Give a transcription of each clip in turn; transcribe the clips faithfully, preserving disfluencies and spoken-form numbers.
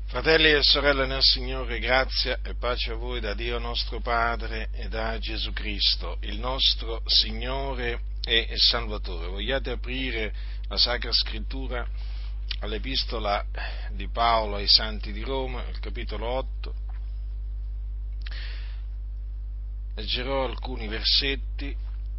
Fratelli e sorelle nel Signore, grazia e pace a voi da Dio nostro Padre e da Gesù Cristo, il nostro Signore e Salvatore. Vogliate aprire la Sacra Scrittura all'Epistola di Paolo ai Santi di Roma, il capitolo otto. Leggerò alcuni versetti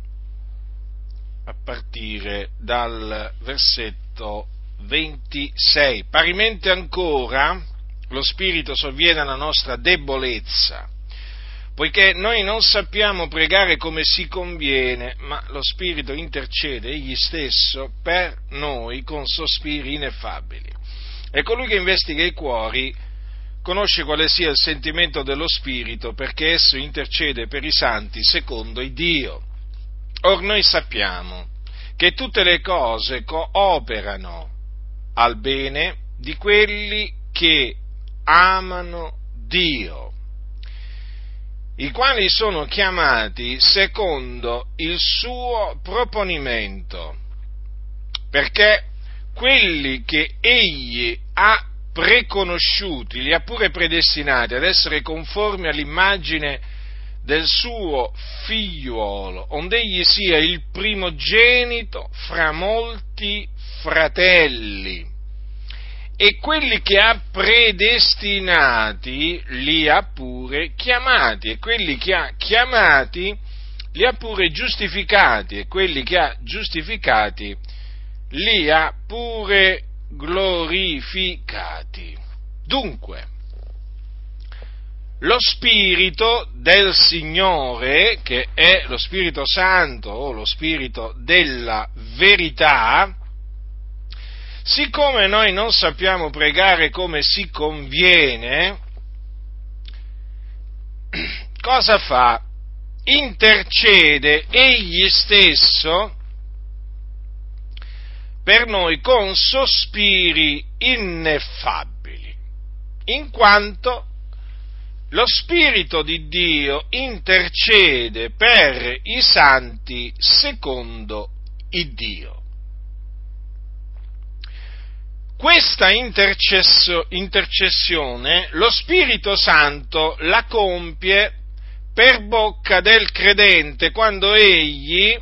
a partire dal versetto ventisei. Parimente ancora lo Spirito sovviene alla nostra debolezza, poiché noi non sappiamo pregare come si conviene, ma lo Spirito intercede egli stesso per noi con sospiri ineffabili. E colui che investiga i cuori conosce quale sia il sentimento dello Spirito, perché esso intercede per i santi secondo il Dio. Or noi sappiamo che tutte le cose cooperano al bene di quelli che amano Dio, i quali sono chiamati secondo il suo proponimento, perché quelli che egli ha preconosciuti li ha pure predestinati ad essere conformi all'immagine del suo figliuolo, onde egli sia il primogenito fra molti fratelli. E quelli che ha predestinati li ha pure chiamati, e quelli che ha chiamati li ha pure giustificati, e quelli che ha giustificati li ha pure glorificati. Dunque, lo Spirito del Signore, che è lo Spirito Santo o lo Spirito della verità, siccome noi non sappiamo pregare come si conviene, cosa fa? Intercede egli stesso per noi con sospiri ineffabili, in quanto lo Spirito di Dio intercede per i santi secondo il Dio. Questa intercessione lo Spirito Santo la compie per bocca del credente quando egli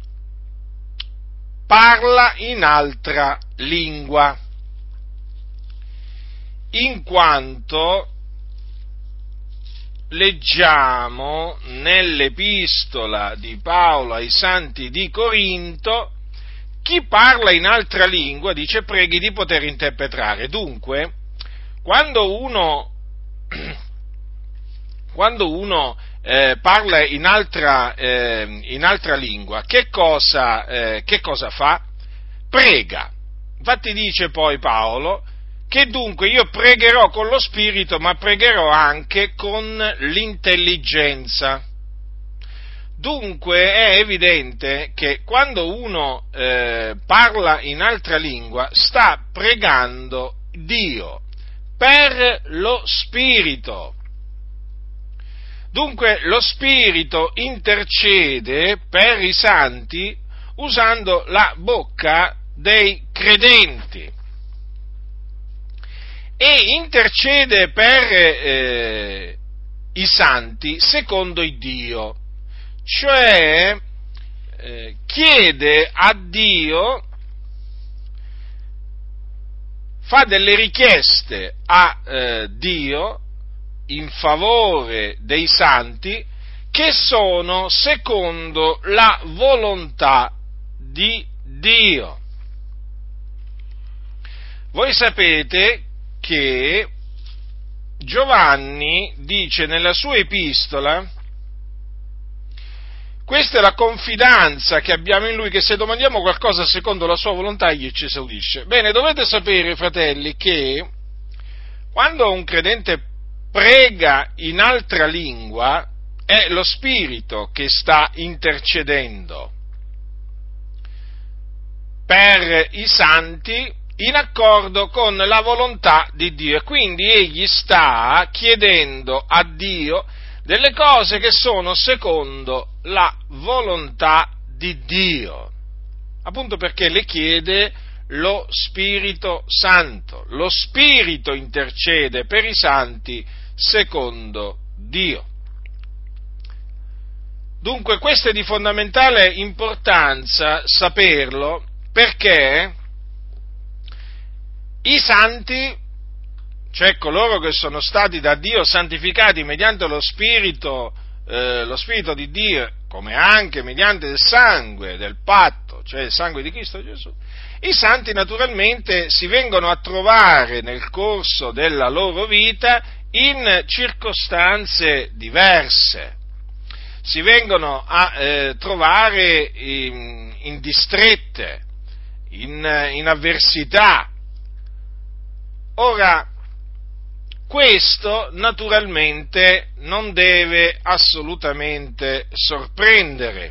parla in altra lingua, in quanto leggiamo nell'epistola di Paolo ai Santi di Corinto: chi parla in altra lingua, dice, preghi di poter interpretare. Dunque, quando uno, quando uno eh, parla in altra, eh, in altra lingua, che cosa, eh, che cosa fa? Prega. Infatti dice poi Paolo che dunque io pregherò con lo Spirito, ma pregherò anche con l'intelligenza. Dunque è evidente che quando uno eh, parla in altra lingua sta pregando Dio per lo Spirito. Dunque lo Spirito intercede per i santi usando la bocca dei credenti e intercede per eh, i santi secondo il Dio. Cioè eh, chiede a Dio, fa delle richieste a eh, Dio in favore dei santi che sono secondo la volontà di Dio. Voi sapete che Giovanni dice nella sua epistola: questa è la confidenza che abbiamo in Lui, che se domandiamo qualcosa secondo la Sua volontà, Egli ci esaudisce. Bene, dovete sapere, fratelli, che quando un credente prega in altra lingua, è lo Spirito che sta intercedendo per i santi in accordo con la volontà di Dio. E quindi Egli sta chiedendo a Dio delle cose che sono secondo la volontà di Dio, appunto perché le chiede lo Spirito Santo. Lo Spirito intercede per i santi secondo Dio. Dunque questo è di fondamentale importanza saperlo, perché i santi, cioè coloro che sono stati da Dio santificati mediante lo Spirito, eh, lo Spirito di Dio, come anche mediante il sangue del patto, cioè il sangue di Cristo Gesù, i santi naturalmente si vengono a trovare nel corso della loro vita in circostanze diverse, si vengono a eh, trovare in, in distrette, in, in avversità. Ora, questo naturalmente non deve assolutamente sorprendere,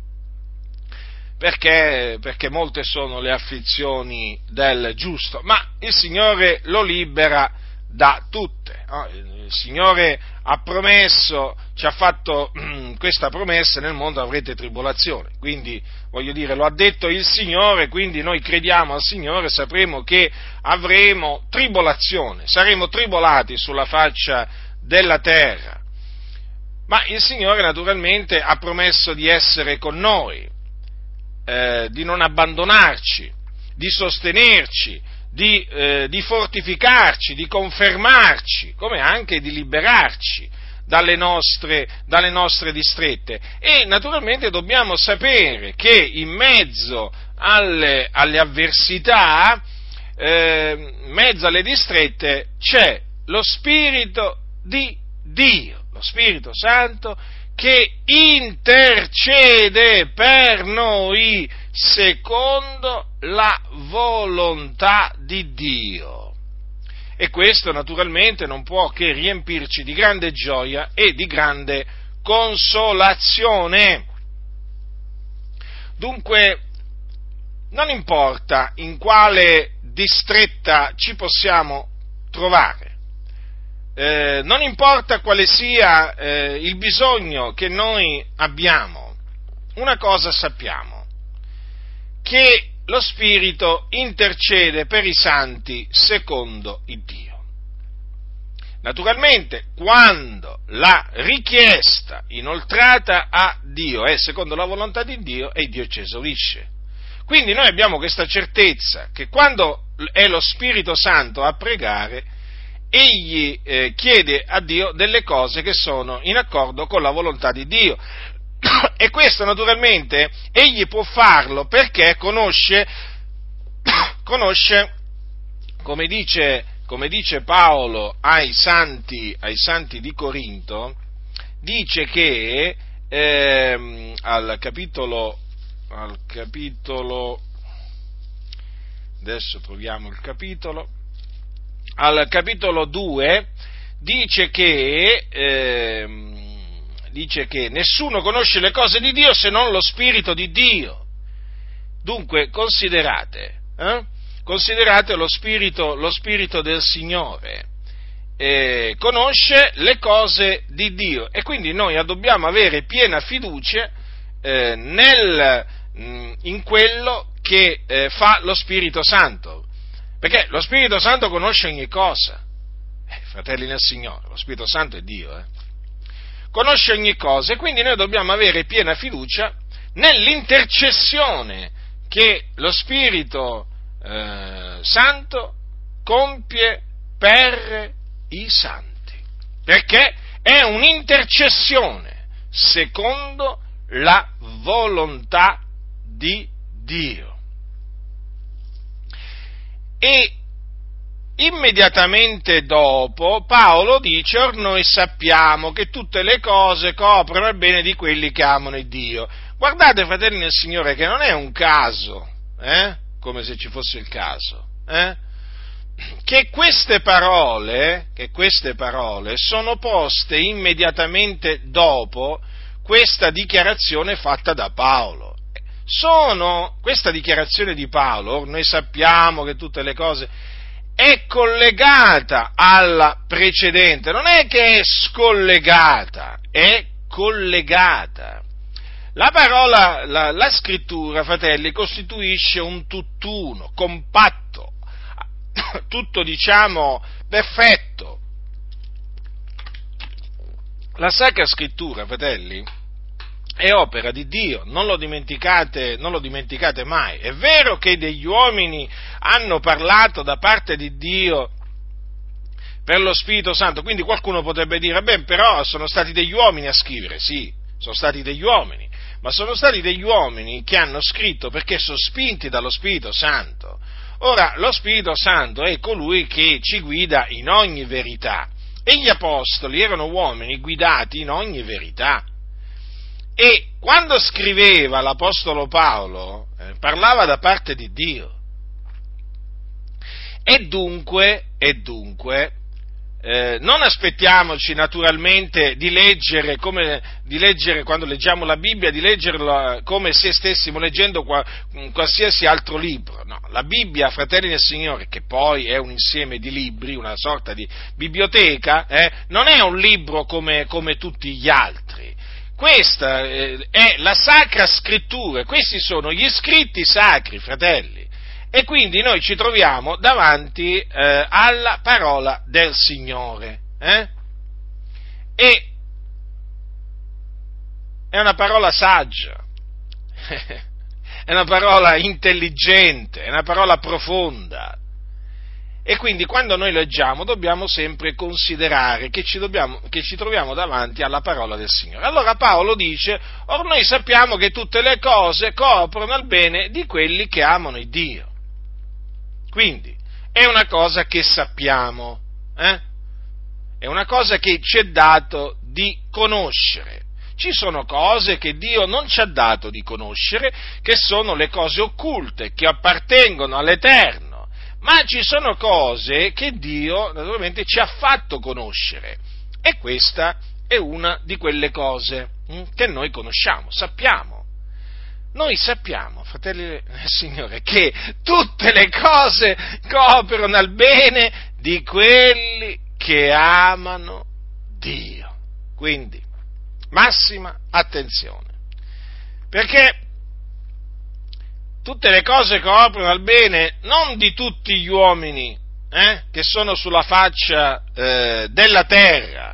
perché, perché molte sono le afflizioni del giusto, ma il Signore lo libera da tutte. No? Il Signore ha promesso, ci ha fatto questa promessa: nel mondo avrete tribolazione, quindi voglio dire, lo ha detto il Signore, quindi noi crediamo al Signore, sapremo che avremo tribolazione, saremo tribolati sulla faccia della terra, ma il Signore naturalmente ha promesso di essere con noi, eh, di non abbandonarci, di sostenerci, di, eh, di fortificarci, di confermarci, come anche di liberarci dalle nostre, dalle nostre distrette. E naturalmente dobbiamo sapere che in mezzo alle, alle avversità, eh, in mezzo alle distrette, c'è lo Spirito di Dio, lo Spirito Santo, che intercede per noi secondo la volontà di Dio. E questo naturalmente non può che riempirci di grande gioia e di grande consolazione. Dunque, non importa in quale distretta ci possiamo trovare, eh, non importa quale sia eh, il bisogno che noi abbiamo, una cosa sappiamo: che lo Spirito intercede per i santi secondo il Dio. Naturalmente, quando la richiesta inoltrata a Dio è secondo la volontà di Dio, e Dio ci esaurisce. Quindi noi abbiamo questa certezza che quando è lo Spirito Santo a pregare, egli eh, chiede a Dio delle cose che sono in accordo con la volontà di Dio. E questo naturalmente egli può farlo perché conosce, conosce come dice, come dice Paolo ai santi, ai santi di Corinto, dice che eh, al capitolo, al capitolo, adesso troviamo il capitolo, al capitolo due, dice che, eh, dice che nessuno conosce le cose di Dio se non lo Spirito di Dio. Dunque, considerate, eh? considerate lo Spirito, lo Spirito del Signore, eh, conosce le cose di Dio, e quindi noi dobbiamo avere piena fiducia eh, nel, mh, in quello che eh, fa lo Spirito Santo. Perché lo Spirito Santo conosce ogni cosa, eh, fratelli nel Signore, lo Spirito Santo è Dio, eh. conosce ogni cosa, e quindi noi dobbiamo avere piena fiducia nell'intercessione che lo Spirito eh, Santo compie per i santi, perché è un'intercessione secondo la volontà di Dio. E immediatamente dopo Paolo dice: or noi sappiamo che tutte le cose coprono il bene di quelli che amano il Dio. Guardate, fratelli nel Signore, che non è un caso, eh? come se ci fosse il caso, eh? che queste parole, che queste parole sono poste immediatamente dopo questa dichiarazione fatta da Paolo. Sono, questa dichiarazione di Paolo, noi sappiamo che tutte le cose, è collegata alla precedente, non è che è scollegata, è collegata. La parola, la, la scrittura, fratelli, costituisce un tutt'uno, compatto, tutto, diciamo, perfetto. La Sacra Scrittura, fratelli, è opera di Dio, non lo dimenticate, non lo dimenticate mai. È vero che degli uomini hanno parlato da parte di Dio per lo Spirito Santo, quindi qualcuno potrebbe dire, beh, però sono stati degli uomini a scrivere, sì, sono stati degli uomini, ma sono stati degli uomini che hanno scritto perché sono spinti dallo Spirito Santo. Ora, lo Spirito Santo è colui che ci guida in ogni verità, e gli apostoli erano uomini guidati in ogni verità. E quando scriveva l'Apostolo Paolo, eh, parlava da parte di Dio. E dunque, e dunque eh, non aspettiamoci naturalmente di leggere, come, di leggere quando leggiamo la Bibbia, di leggerla come se stessimo leggendo qua, qualsiasi altro libro. No, la Bibbia, fratelli del Signore, che poi è un insieme di libri, una sorta di biblioteca, eh, non è un libro come, come tutti gli altri. Questa eh, è la Sacra Scrittura, questi sono gli scritti sacri, fratelli. E quindi noi ci troviamo davanti eh, alla parola del Signore. Eh? E è una parola saggia, è una parola intelligente, è una parola profonda. E quindi quando noi leggiamo dobbiamo sempre considerare che ci, dobbiamo, che ci troviamo davanti alla parola del Signore. Allora Paolo dice, or noi sappiamo che tutte le cose cooperano al bene di quelli che amano il Dio. Quindi è una cosa che sappiamo, eh? È una cosa che ci è dato di conoscere. Ci sono cose che Dio non ci ha dato di conoscere, che sono le cose occulte, che appartengono all'Eterno. Ma ci sono cose che Dio naturalmente ci ha fatto conoscere, e questa è una di quelle cose hm, che noi conosciamo, sappiamo. Noi sappiamo, fratelli del Signore, che tutte le cose cooperano al bene di quelli che amano Dio. Quindi, massima attenzione, perché tutte le cose cooperano al bene non di tutti gli uomini eh, che sono sulla faccia eh, della terra.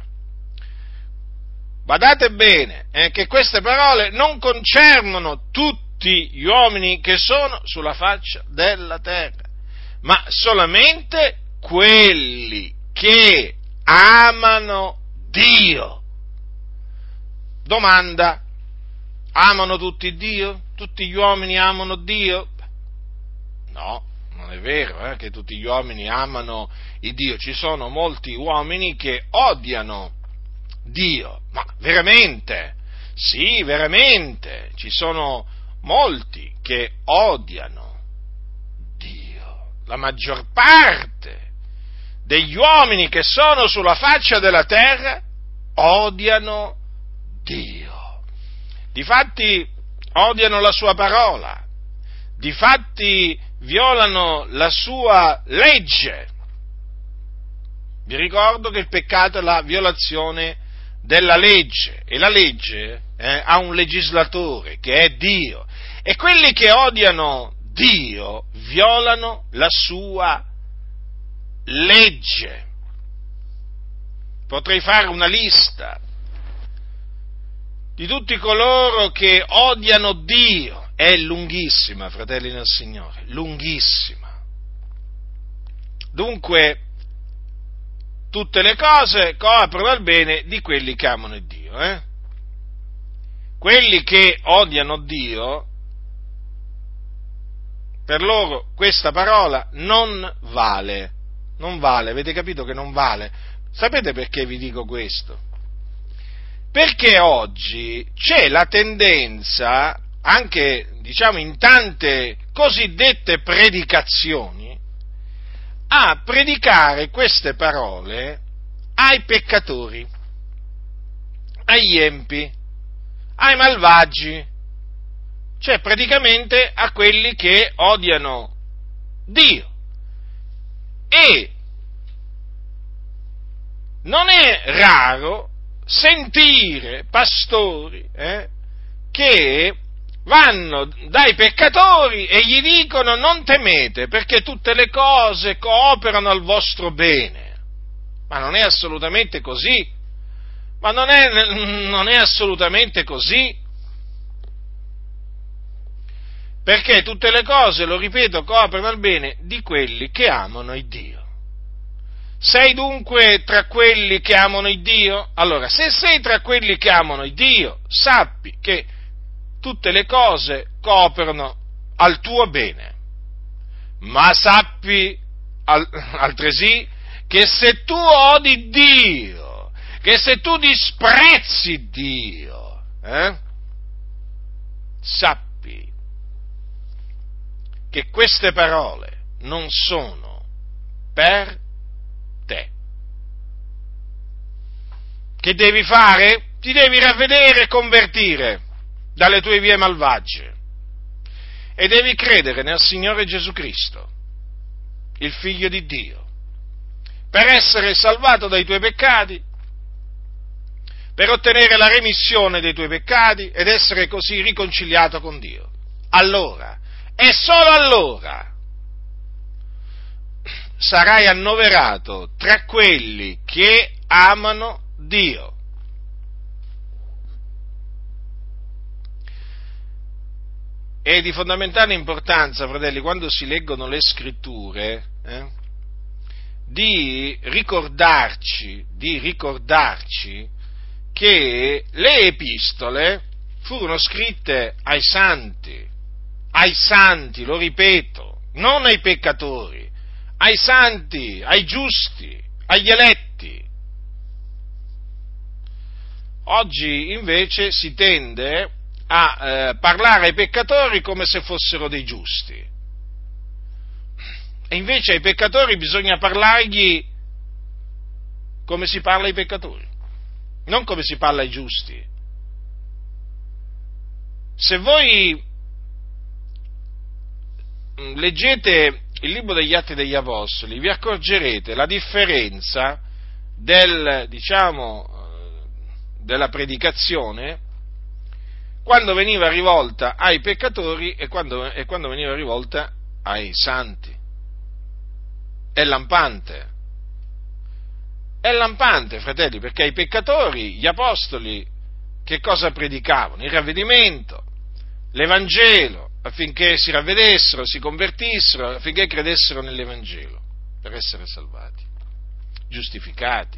Badate bene eh, che queste parole non concernono tutti gli uomini che sono sulla faccia della terra, ma solamente quelli che amano Dio. Domanda: amano tutti Dio? Tutti gli uomini amano Dio? No, non è vero eh, che tutti gli uomini amano il Dio. Ci sono molti uomini che odiano Dio, ma veramente? Sì, veramente. Ci sono molti che odiano Dio. La maggior parte degli uomini che sono sulla faccia della terra odiano Dio. Difatti odiano la sua parola, difatti violano la sua legge. Vi ricordo che il peccato è la violazione della legge, e la legge eh, ha un legislatore che è Dio, e quelli che odiano Dio violano la sua legge. Potrei fare una lista di tutti coloro che odiano Dio, è lunghissima, fratelli nel Signore, lunghissima. Dunque, tutte le cose cooperano al bene di quelli che amano Dio. Eh? Quelli che odiano Dio, per loro questa parola non vale, non vale, avete capito che non vale? Sapete perché vi dico questo? Perché oggi c'è la tendenza, anche diciamo in tante cosiddette predicazioni, a predicare queste parole ai peccatori, agli empi, ai malvagi, cioè praticamente a quelli che odiano Dio. E non è raro sentire pastori eh, che vanno dai peccatori e gli dicono: non temete, perché tutte le cose cooperano al vostro bene. Ma non è assolutamente così. Ma non è, non è assolutamente così. Perché tutte le cose, lo ripeto, cooperano al bene di quelli che amano il Dio. Sei dunque tra quelli che amano il Dio? Allora, se sei tra quelli che amano il Dio, sappi che tutte le cose cooperano al tuo bene. Ma sappi al, altresì che se tu odi Dio, che se tu disprezzi Dio, eh, sappi che queste parole non sono per te. Che devi fare? Ti devi ravvedere e convertire dalle tue vie malvagie e devi credere nel Signore Gesù Cristo, il Figlio di Dio, per essere salvato dai tuoi peccati, per ottenere la remissione dei tuoi peccati ed essere così riconciliato con Dio. Allora, e solo allora, sarai annoverato tra quelli che amano Dio. È di fondamentale importanza, fratelli, quando si leggono le scritture, eh, di ricordarci, di ricordarci che le epistole furono scritte ai santi, ai santi, lo ripeto, non ai peccatori, ai santi, ai giusti, agli eletti. Oggi invece si tende a eh, parlare ai peccatori come se fossero dei giusti, e invece ai peccatori bisogna parlargli come si parla ai peccatori, non come si parla ai giusti. Se voi leggete il libro degli Atti degli Apostoli, vi accorgerete la differenza del, diciamo, della predicazione quando veniva rivolta ai peccatori e quando, e quando veniva rivolta ai santi. È lampante. È lampante, fratelli, perché ai peccatori gli apostoli che cosa predicavano? Il ravvedimento, l'Evangelo, affinché si ravvedessero, si convertissero, affinché credessero nell'Evangelo, per essere salvati, giustificati.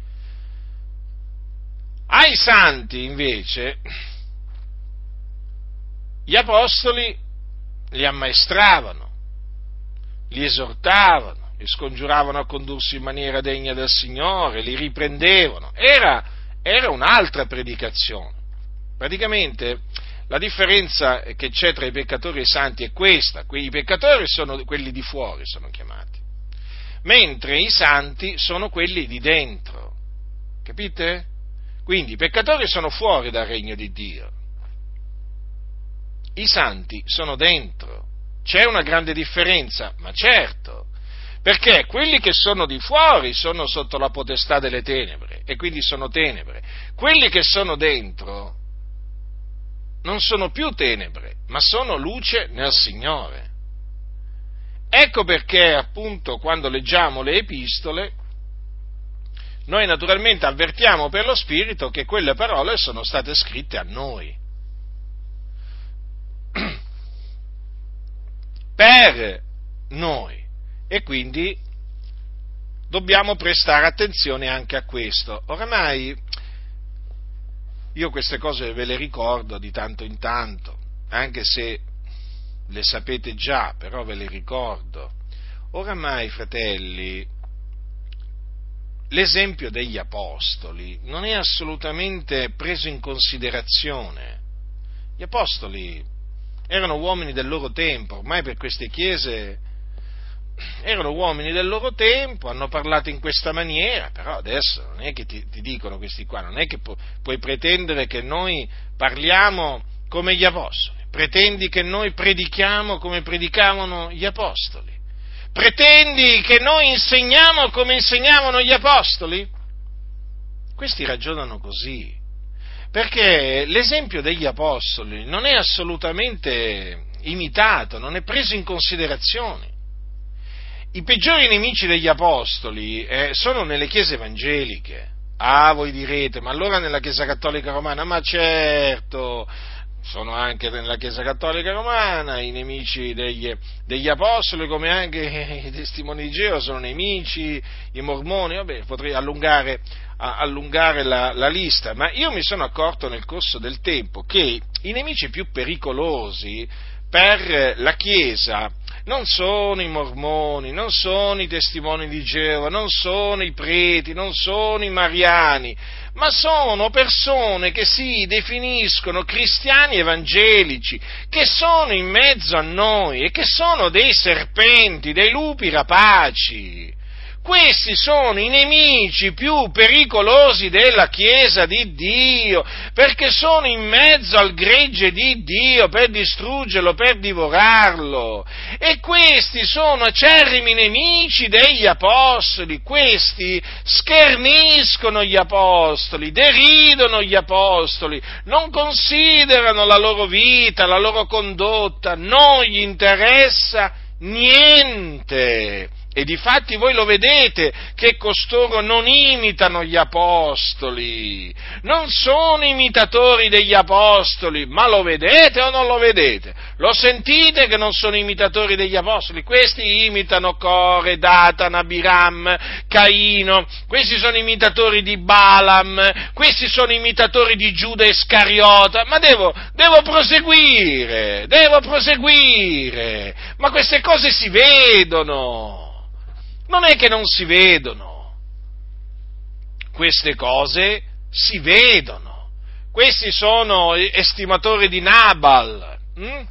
Ai santi, invece, gli apostoli li ammaestravano, li esortavano, li scongiuravano a condursi in maniera degna del Signore, li riprendevano. Era, era un'altra predicazione. Praticamente la differenza che c'è tra i peccatori e i santi è questa: i peccatori sono quelli di fuori, sono chiamati, mentre i santi sono quelli di dentro. Capite? Quindi i peccatori sono fuori dal regno di Dio, i santi sono dentro. C'è una grande differenza, ma certo, perché quelli che sono di fuori sono sotto la potestà delle tenebre, e quindi sono tenebre. Quelli che sono dentro non sono più tenebre, ma sono luce nel Signore. Ecco perché, appunto, quando leggiamo le epistole, noi naturalmente avvertiamo per lo Spirito che quelle parole sono state scritte a noi, per noi, e quindi dobbiamo prestare attenzione anche a questo. Oramai io queste cose ve le ricordo di tanto in tanto, anche se le sapete già, però ve le ricordo. Oramai, fratelli, l'esempio degli apostoli non è assolutamente preso in considerazione. Gli apostoli erano uomini del loro tempo, ormai per queste chiese erano uomini del loro tempo, hanno parlato in questa maniera, però adesso non è che ti, ti dicono questi qua, non è che pu- puoi pretendere che noi parliamo come gli apostoli, pretendi che noi predichiamo come predicavano gli apostoli, pretendi che noi insegniamo come insegnavano gli apostoli? Questi ragionano così, perché l'esempio degli apostoli non è assolutamente imitato, non è preso in considerazione. I peggiori nemici degli apostoli eh, sono nelle chiese evangeliche. Ah, voi direte, ma allora nella Chiesa Cattolica Romana? Ma certo, sono anche nella Chiesa Cattolica Romana i nemici degli, degli apostoli, come anche i testimoni di Geova sono nemici, i mormoni, vabbè, potrei allungare, allungare la, la lista, ma io mi sono accorto nel corso del tempo che i nemici più pericolosi per la Chiesa non sono i mormoni, non sono i testimoni di Geova, non sono i preti, non sono i mariani, ma sono persone che si definiscono cristiani evangelici, che sono in mezzo a noi e che sono dei serpenti, dei lupi rapaci. Questi sono i nemici più pericolosi della Chiesa di Dio, perché sono in mezzo al gregge di Dio per distruggerlo, per divorarlo. E questi sono acerrimi nemici degli apostoli, questi scherniscono gli apostoli, deridono gli apostoli, non considerano la loro vita, la loro condotta, non gli interessa niente. E difatti voi lo vedete che costoro non imitano gli apostoli, non sono imitatori degli apostoli, ma lo vedete o non lo vedete? Lo sentite che non sono imitatori degli apostoli? Questi imitano Core, Datan, Abiram, Caino, questi sono imitatori di Balaam, questi sono imitatori di Giuda Iscariota, ma devo, devo proseguire, devo proseguire, ma queste cose si vedono. Non è che non si vedono, queste cose si vedono. Questi sono estimatori di Nabal, hm?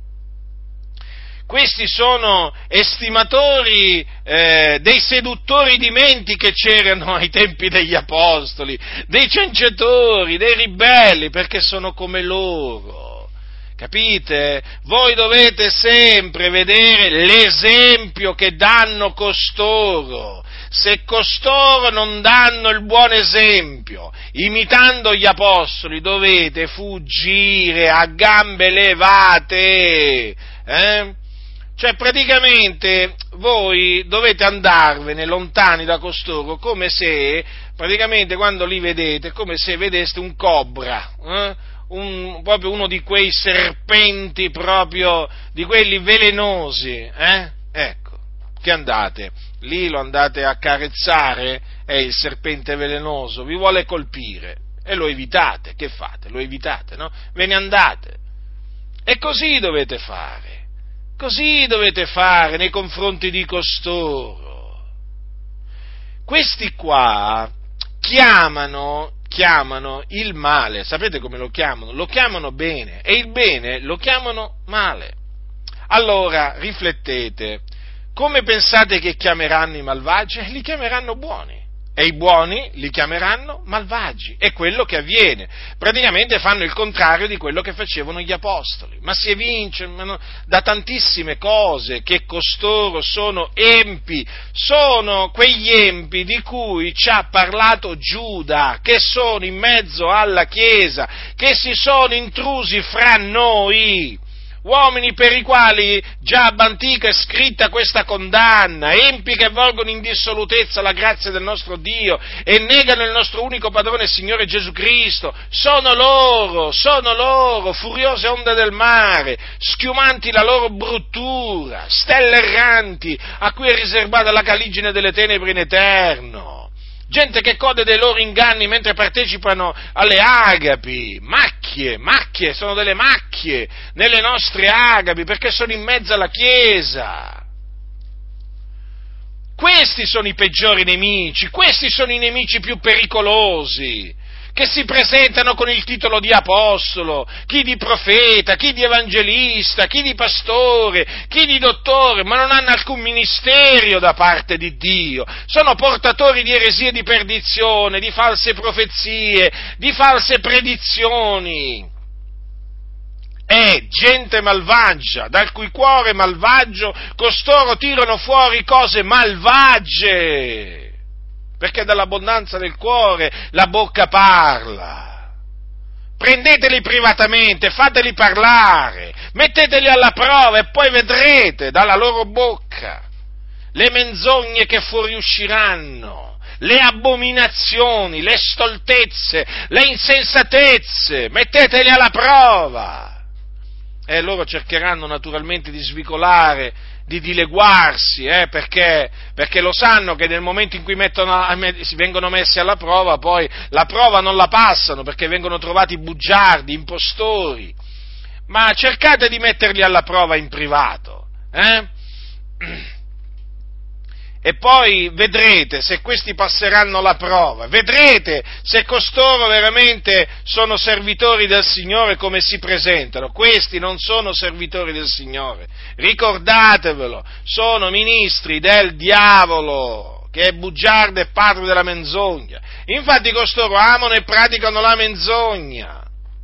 Questi sono estimatori eh, dei seduttori di menti che c'erano ai tempi degli apostoli, dei cianciatori, dei ribelli, perché sono come loro. Capite? Voi dovete sempre vedere l'esempio che danno costoro. Se costoro non danno il buon esempio, imitando gli apostoli, dovete fuggire a gambe levate. Eh? Cioè, praticamente, voi dovete andarvene lontani da costoro, come se, praticamente, quando li vedete, come se vedeste un cobra, eh? Un, proprio uno di quei serpenti proprio, di quelli velenosi, eh? Ecco, che andate, lì lo andate a carezzare, è il serpente velenoso, vi vuole colpire, e lo evitate, che fate? Lo evitate, no? Ve ne andate, e così dovete fare, così dovete fare nei confronti di costoro. Questi qua chiamano chiamano il male, sapete come lo chiamano? Lo chiamano bene, e il bene lo chiamano male. Allora, riflettete, come pensate che chiameranno i malvagi? Li chiameranno buoni, e i buoni li chiameranno malvagi, è quello che avviene, praticamente fanno il contrario di quello che facevano gli apostoli, ma si evincono da tantissime cose che costoro sono empi, sono quegli empi di cui ci ha parlato Giuda, che sono in mezzo alla Chiesa, che si sono intrusi fra noi, uomini per i quali già ab antico è scritta questa condanna, empi che volgono in dissolutezza la grazia del nostro Dio e negano il nostro unico padrone e Signore Gesù Cristo. Sono loro, sono loro, furiose onde del mare, schiumanti la loro bruttura, stelle erranti a cui è riservata la caligine delle tenebre in eterno. Gente che code dei loro inganni mentre partecipano alle agapi, macchie, macchie, sono delle macchie nelle nostre agapi perché sono in mezzo alla Chiesa. Questi sono i peggiori nemici, questi sono i nemici più pericolosi, che si presentano con il titolo di apostolo, chi di profeta, chi di evangelista, chi di pastore, chi di dottore, ma non hanno alcun ministero da parte di Dio, sono portatori di eresie di perdizione, di false profezie, di false predizioni. È gente malvagia, dal cui cuore malvagio costoro tirano fuori cose malvagie, perché dall'abbondanza del cuore la bocca parla. prendeteli privatamente, fateli parlare, metteteli alla prova e poi vedrete dalla loro bocca le menzogne che fuoriusciranno, le abominazioni, le stoltezze, le insensatezze, metteteli alla prova. E loro cercheranno naturalmente di svicolare, di dileguarsi, eh, perché, perché lo sanno che nel momento in cui mettono, vengono messi alla prova, poi la prova non la passano, perché vengono trovati bugiardi, impostori. Ma cercate di metterli alla prova in privato, eh? E poi vedrete se questi passeranno la prova, vedrete se costoro veramente sono servitori del Signore come si presentano. Questi non sono servitori del Signore, ricordatevelo, sono ministri del diavolo, che è bugiardo e padre della menzogna. Infatti costoro amano e praticano la menzogna.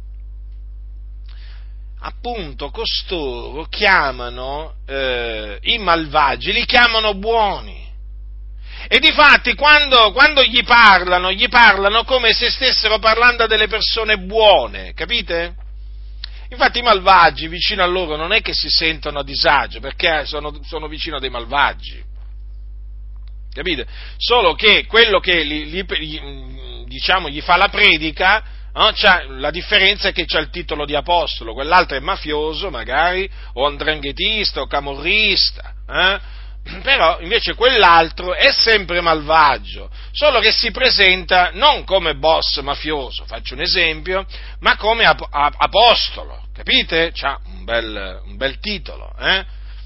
Appunto, costoro chiamano eh, i malvagi, li chiamano buoni. E difatti quando, quando gli parlano, gli parlano come se stessero parlando a delle persone buone, capite? Infatti i malvagi vicino a loro non è che si sentono a disagio, perché sono, sono vicino a dei malvagi, capite? Solo che quello che gli, gli, diciamo, gli fa la predica, no? C'ha, la differenza è che c'ha il titolo di apostolo, quell'altro è mafioso magari, o andranghetista, o camorrista, eh? Però invece quell'altro è sempre malvagio, solo che si presenta non come boss mafioso, faccio un esempio, ma come ap- apostolo, capite? C'ha un bel, un bel titolo, eh?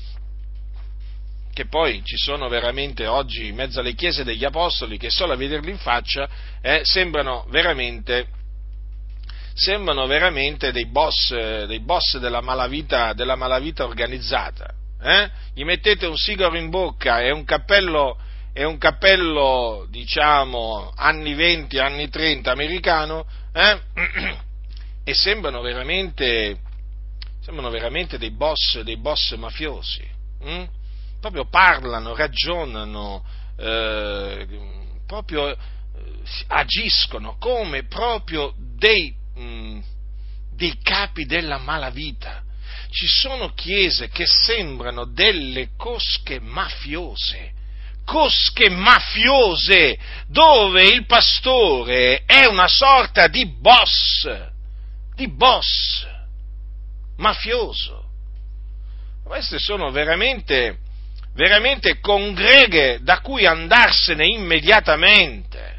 Che poi ci sono veramente oggi in mezzo alle chiese degli apostoli che solo a vederli in faccia eh, sembrano veramente sembrano veramente dei boss, dei boss della malavita, della malavita organizzata. Eh? Gli mettete un sigaro in bocca e un cappello, e un cappello, diciamo, anni venti, anni trenta americano, eh? E sembrano veramente, sembrano veramente dei boss, dei boss mafiosi. Hm? Proprio parlano, ragionano, eh, proprio eh, agiscono come proprio dei, mh, dei capi della malavita. Ci sono chiese che sembrano delle cosche mafiose, cosche mafiose, dove il pastore è una sorta di boss, di boss mafioso. Queste sono veramente, veramente congreghe da cui andarsene immediatamente.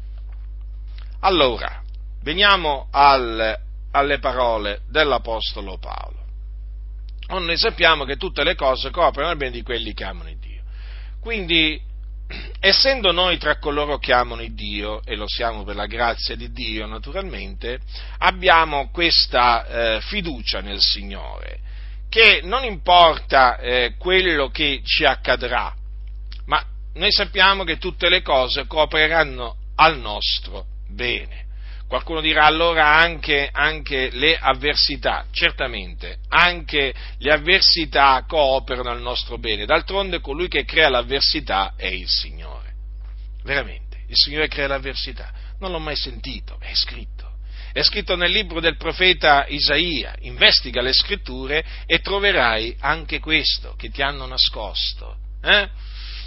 Allora, veniamo al, alle parole dell'Apostolo Paolo. Noi sappiamo che tutte le cose cooperano al bene di quelli che amano il Dio. Quindi, essendo noi tra coloro che amano il Dio, e lo siamo per la grazia di Dio naturalmente, abbiamo questa eh, fiducia nel Signore, che non importa eh, quello che ci accadrà, ma noi sappiamo che tutte le cose coopereranno al nostro bene. Qualcuno dirà allora anche, anche le avversità, certamente, anche le avversità cooperano al nostro bene, d'altronde colui che crea l'avversità è il Signore, veramente, il Signore crea l'avversità, non l'ho mai sentito, è scritto, è scritto nel libro del profeta Isaia, investiga le scritture e troverai anche questo che ti hanno nascosto, eh?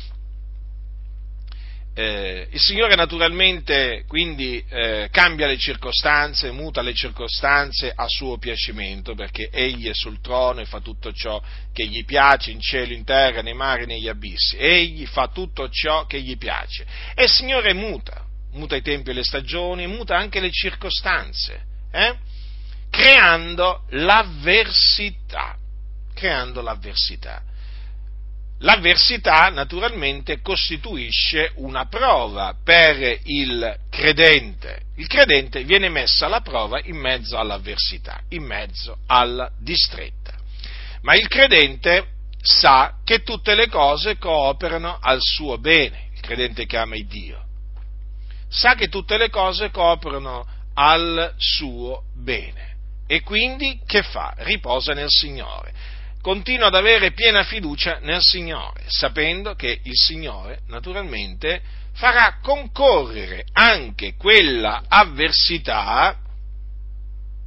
Eh, il Signore naturalmente quindi eh, cambia le circostanze, muta le circostanze a suo piacimento, perché Egli è sul trono e fa tutto ciò che gli piace, in cielo, in terra, nei mari, negli abissi. Egli fa tutto ciò che gli piace. E il Signore muta, muta i tempi e le stagioni, muta anche le circostanze, eh? creando l'avversità, creando l'avversità. L'avversità naturalmente costituisce una prova per il credente. Il credente viene messo alla prova in mezzo all'avversità, in mezzo alla distretta. Ma il credente sa che tutte le cose cooperano al suo bene, il credente che ama il Dio. Sa che tutte le cose cooperano al suo bene. E quindi che fa? Riposa nel Signore. Continua ad avere piena fiducia nel Signore, sapendo che il Signore, naturalmente, farà concorrere anche quella avversità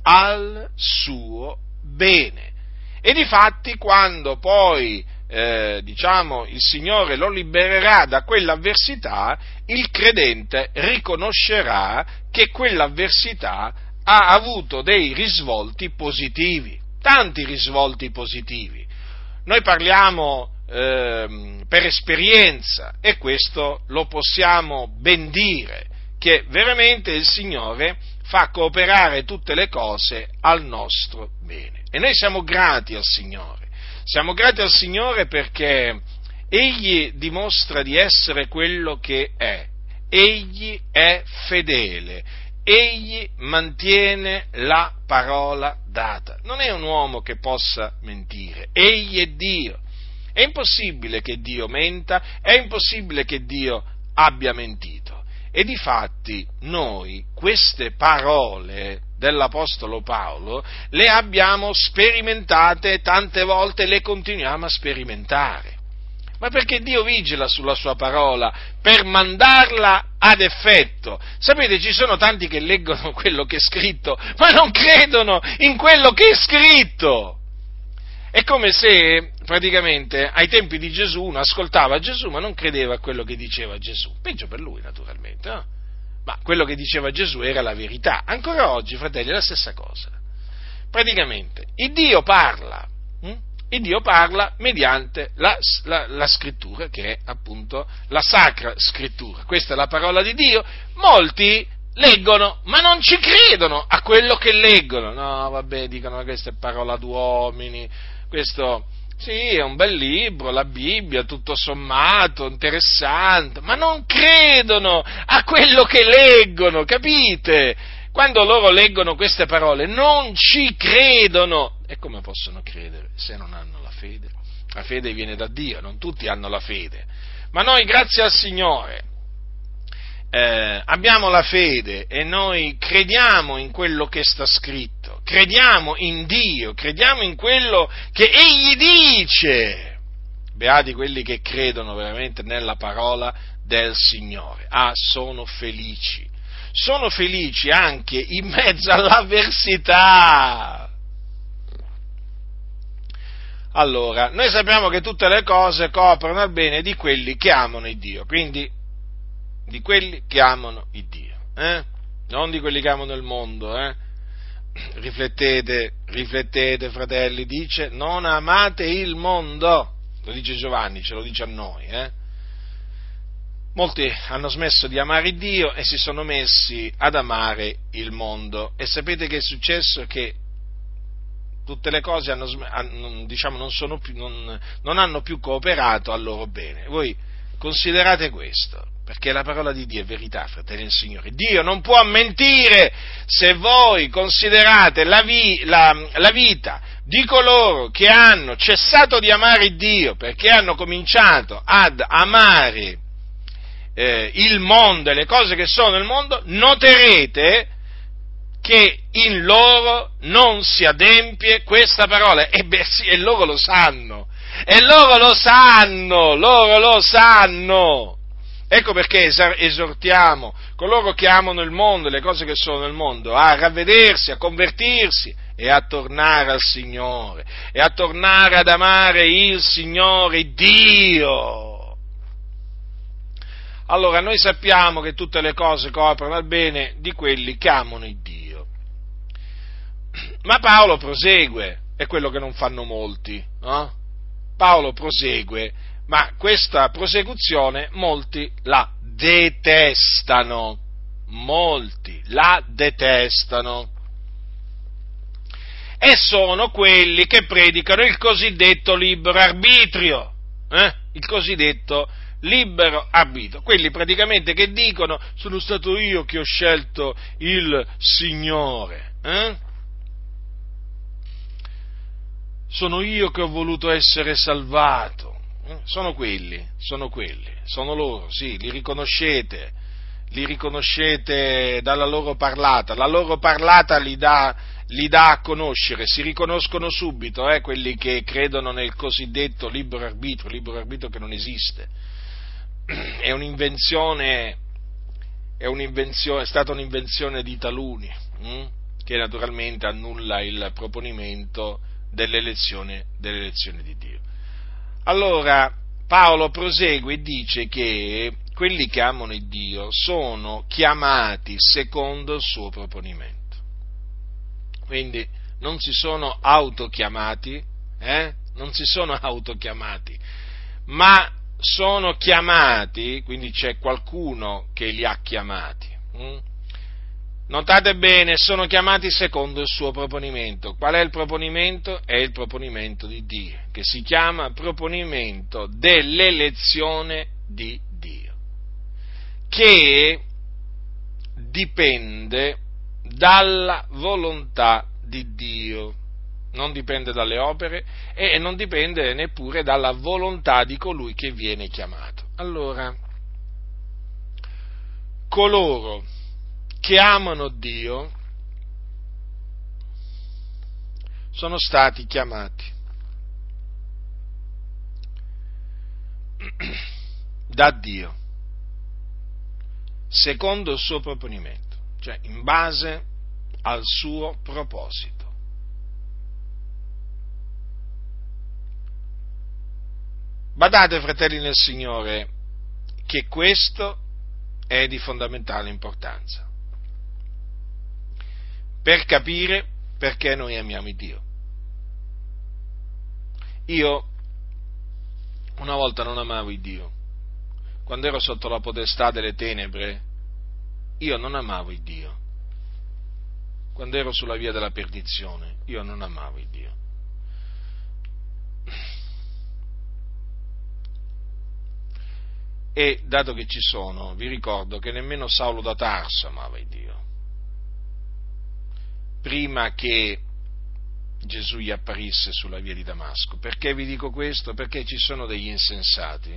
al suo bene. E difatti, quando poi eh, diciamo il Signore lo libererà da quell'avversità, il credente riconoscerà che quell'avversità ha avuto dei risvolti positivi, tanti risvolti positivi. Noi parliamo eh, per esperienza, e questo lo possiamo ben dire, che veramente il Signore fa cooperare tutte le cose al nostro bene. E noi siamo grati al Signore, siamo grati al Signore perché Egli dimostra di essere quello che è, Egli è fedele, Egli mantiene la parola data, non è un uomo che possa mentire, Egli è Dio, è impossibile che Dio menta, è impossibile che Dio abbia mentito. E difatti noi queste parole dell'Apostolo Paolo le abbiamo sperimentate tante volte, le continuiamo a sperimentare. Ma perché Dio vigila sulla sua parola per mandarla ad effetto. Sapete, ci sono tanti che leggono quello che è scritto, ma non credono in quello che è scritto. È come se praticamente ai tempi di Gesù uno ascoltava Gesù ma non credeva a quello che diceva Gesù. Peggio per lui, naturalmente, no? Ma quello che diceva Gesù era la verità. Ancora oggi, fratelli, è la stessa cosa. Praticamente, il Dio parla, hm? il Dio parla mediante la, la, la scrittura, che è appunto la Sacra Scrittura. Questa è la parola di Dio. Molti leggono, ma non ci credono a quello che leggono. No, vabbè, dicono che questa è parola d'uomini, questo sì, è un bel libro, la Bibbia, tutto sommato, interessante, ma non credono a quello che leggono, capite? Quando loro leggono queste parole non ci credono. E come possono credere se non hanno la fede? La fede viene da Dio, non tutti hanno la fede. Ma noi, grazie al Signore, eh, abbiamo la fede e noi crediamo in quello che sta scritto, crediamo in Dio, crediamo in quello che Egli dice. Beati quelli che credono veramente nella parola del Signore. Ah, sono felici. Sono felici anche in mezzo all'avversità. Allora, noi sappiamo che tutte le cose cooperano al bene di quelli che amano il Dio, quindi di quelli che amano il Dio, eh? Non di quelli che amano il mondo, eh? Riflettete, riflettete, fratelli, dice, non amate il mondo, lo dice Giovanni, ce lo dice a noi, eh? Molti hanno smesso di amare Dio e si sono messi ad amare il mondo. E sapete che è successo? Che tutte le cose hanno, diciamo, non, sono più, non, non hanno più cooperato al loro bene. Voi considerate questo, perché la parola di Dio è verità, fratelli del Signore. Dio non può mentire. Se voi considerate la, vi, la, la vita di coloro che hanno cessato di amare Dio perché hanno cominciato ad amare Eh, il mondo e le cose che sono nel mondo, noterete che in loro non si adempie questa parola. E beh sì, e loro lo sanno, e loro lo sanno, loro lo sanno. Ecco perché esortiamo coloro che amano il mondo e le cose che sono nel mondo a ravvedersi, a convertirsi e a tornare al Signore, e a tornare ad amare il Signore Dio. Allora, noi sappiamo che tutte le cose cooperano al bene di quelli che amano il Dio. Ma Paolo prosegue, è quello che non fanno molti, no? Paolo prosegue, ma questa prosecuzione molti la detestano, molti la detestano. E sono quelli che predicano il cosiddetto libero arbitrio, eh? il cosiddetto libero arbitrio, quelli praticamente che dicono sono stato io che ho scelto il Signore, eh? sono io che ho voluto essere salvato, eh? sono quelli, sono quelli, sono loro, sì, li riconoscete, li riconoscete dalla loro parlata, la loro parlata li dà, li dà a conoscere, si riconoscono subito, eh, quelli che credono nel cosiddetto libero arbitrio, libero arbitrio che non esiste. È un'invenzione, è un'invenzione, è stata un'invenzione di taluni, hm? che naturalmente annulla il proponimento dell'elezione, dell'elezione di Dio. Allora, Paolo prosegue e dice che quelli che amano il Dio sono chiamati secondo il suo proponimento. Quindi non si sono autochiamati, eh? non si sono autochiamati, ma sono chiamati, quindi c'è qualcuno che li ha chiamati. Hm? Notate bene, sono chiamati secondo il suo proponimento. Qual è il proponimento? È il proponimento di Dio, che si chiama proponimento dell'elezione di Dio, che dipende dalla volontà di Dio, non dipende dalle opere e non dipende neppure dalla volontà di colui che viene chiamato. Allora, coloro che amano Dio sono stati chiamati da Dio secondo il suo proponimento, cioè in base al suo proposito. Badate, fratelli nel Signore, che questo è di fondamentale importanza per capire perché noi amiamo il Dio. Io una volta non amavo il Dio. Quando ero sotto la potestà delle tenebre, io non amavo il Dio. Quando ero sulla via della perdizione, io non amavo il Dio. E dato che ci sono, vi ricordo che nemmeno Saulo da Tarso amava il Dio. Prima che Gesù gli apparisse sulla via di Damasco. Perché vi dico questo? Perché ci sono degli insensati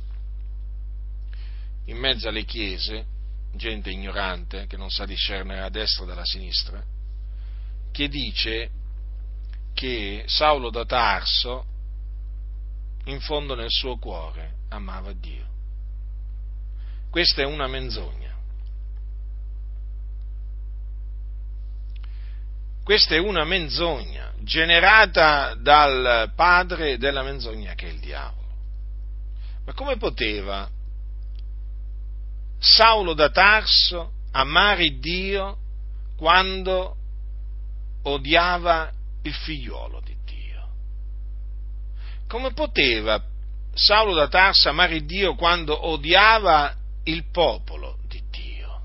in mezzo alle chiese, gente ignorante che non sa discernere a destra dalla sinistra, che dice che Saulo da Tarso in fondo nel suo cuore amava Dio. Questa è una menzogna. Questa è una menzogna generata dal padre della menzogna che è il diavolo. Ma come poteva Saulo da Tarso amare Dio quando odiava il figliuolo di Dio? Come poteva Saulo da Tarso amare Dio quando odiava il popolo di Dio?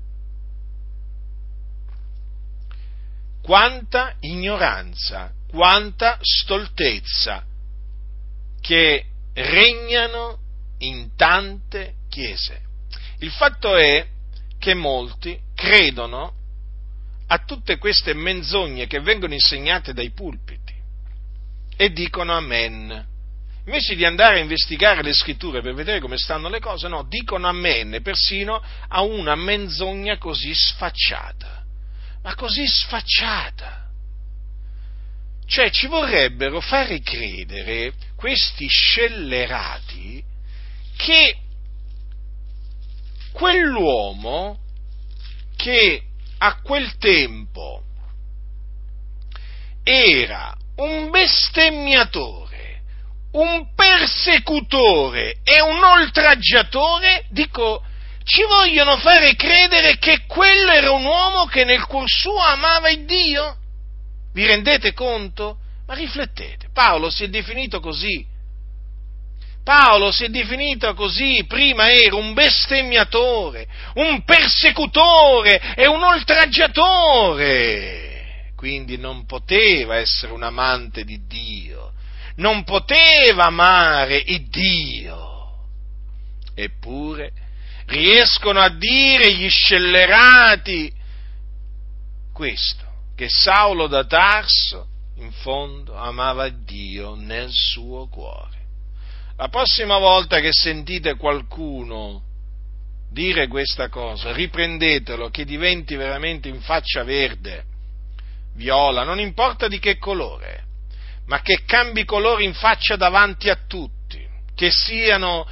Quanta ignoranza, quanta stoltezza che regnano in tante chiese. Il fatto è che molti credono a tutte queste menzogne che vengono insegnate dai pulpiti e dicono amen. Invece di andare a investigare le scritture per vedere come stanno le cose, no, dicono amen, persino a una menzogna così sfacciata. Ma così sfacciata. Cioè ci vorrebbero fare credere questi scellerati che quell'uomo che a quel tempo era un bestemmiatore, un persecutore e un oltraggiatore, dico, ci vogliono fare credere che quello era un uomo che nel cuor suo amava il Dio? Vi rendete conto? Ma riflettete, Paolo si è definito così. Paolo si è definito così, prima era un bestemmiatore, un persecutore e un oltraggiatore, quindi non poteva essere un amante di Dio, non poteva amare il Dio. Eppure riescono a dire gli scellerati questo, che Saulo da Tarso in fondo amava Dio nel suo cuore. La prossima volta che sentite qualcuno dire questa cosa, riprendetelo, che diventi veramente in faccia verde, viola, non importa di che colore, ma che cambi colore in faccia davanti a tutti, che siano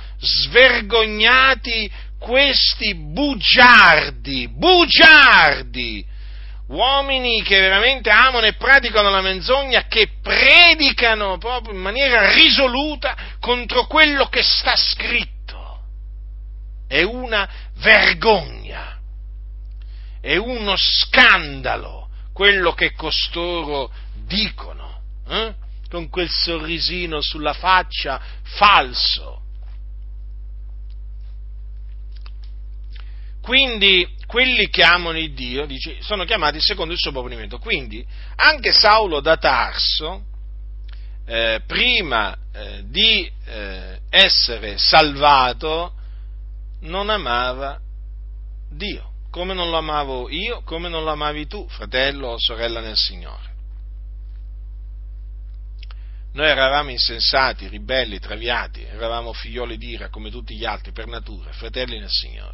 svergognati questi bugiardi, bugiardi, uomini che veramente amano e praticano la menzogna, che predicano proprio in maniera risoluta contro quello che sta scritto. È una vergogna, è uno scandalo quello che costoro dicono, eh? Con quel sorrisino sulla faccia falso. Quindi quelli che amano il Dio, dice, sono chiamati secondo il suo proponimento. Quindi anche Saulo da Tarso, eh, prima eh, di eh, essere salvato, non amava Dio, come non lo amavo io, come non lo amavi tu, fratello o sorella nel Signore. Noi eravamo insensati, ribelli, traviati, eravamo figlioli d'ira come tutti gli altri per natura, fratelli nel Signore.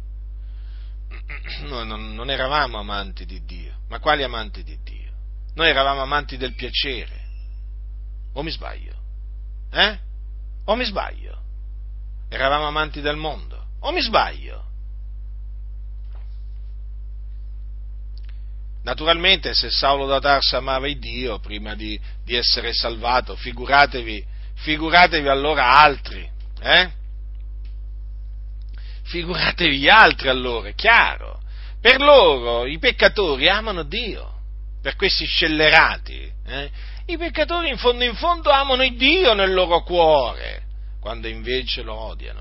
Noi non, non eravamo amanti di Dio, ma quali amanti di Dio? Noi eravamo amanti del piacere, o mi sbaglio? Eh? O mi sbaglio? Eravamo amanti del mondo, o mi sbaglio? Naturalmente, se Saulo da Tarso amava il Dio prima di, di essere salvato, figuratevi, figuratevi allora altri, eh? Figuratevi gli altri allora, è chiaro. Per loro i peccatori amano Dio, per questi scellerati. Eh? I peccatori in fondo in fondo amano il Dio nel loro cuore, quando invece lo odiano.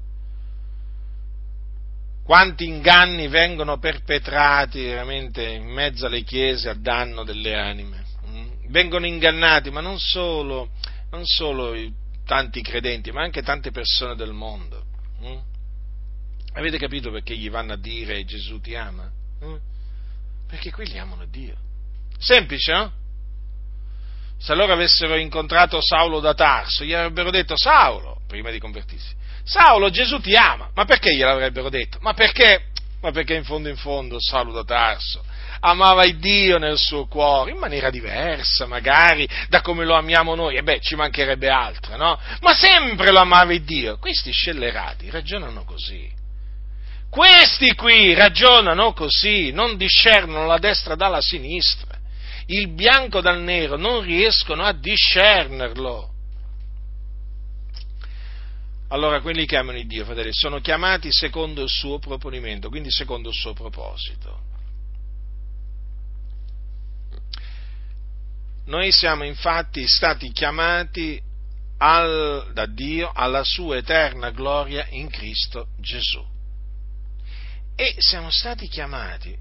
Quanti inganni vengono perpetrati veramente in mezzo alle chiese a danno delle anime. Mm? Vengono ingannati, ma non solo, non solo i, tanti credenti, ma anche tante persone del mondo. Mm? Avete capito perché gli vanno a dire Gesù ti ama? Mm? Perché quelli amano Dio. Semplice, no? Se loro avessero incontrato Saulo da Tarso, gli avrebbero detto Saulo, prima di convertirsi, Saulo, Gesù ti ama. Ma perché gliel'avrebbero detto? Ma perché? Ma perché in fondo in fondo Saulo da Tarso amava il Dio nel suo cuore, in maniera diversa magari da come lo amiamo noi, e beh, ci mancherebbe altro, no? Ma sempre lo amava il Dio. Questi scellerati ragionano così. Questi qui ragionano così, non discernono la destra dalla sinistra, il bianco dal nero, non riescono a discernerlo. Allora, quelli che amano il Dio, fratelli, sono chiamati secondo il suo proponimento, quindi secondo il suo proposito. Noi siamo infatti stati chiamati al, da Dio alla sua eterna gloria in Cristo Gesù. E siamo stati chiamati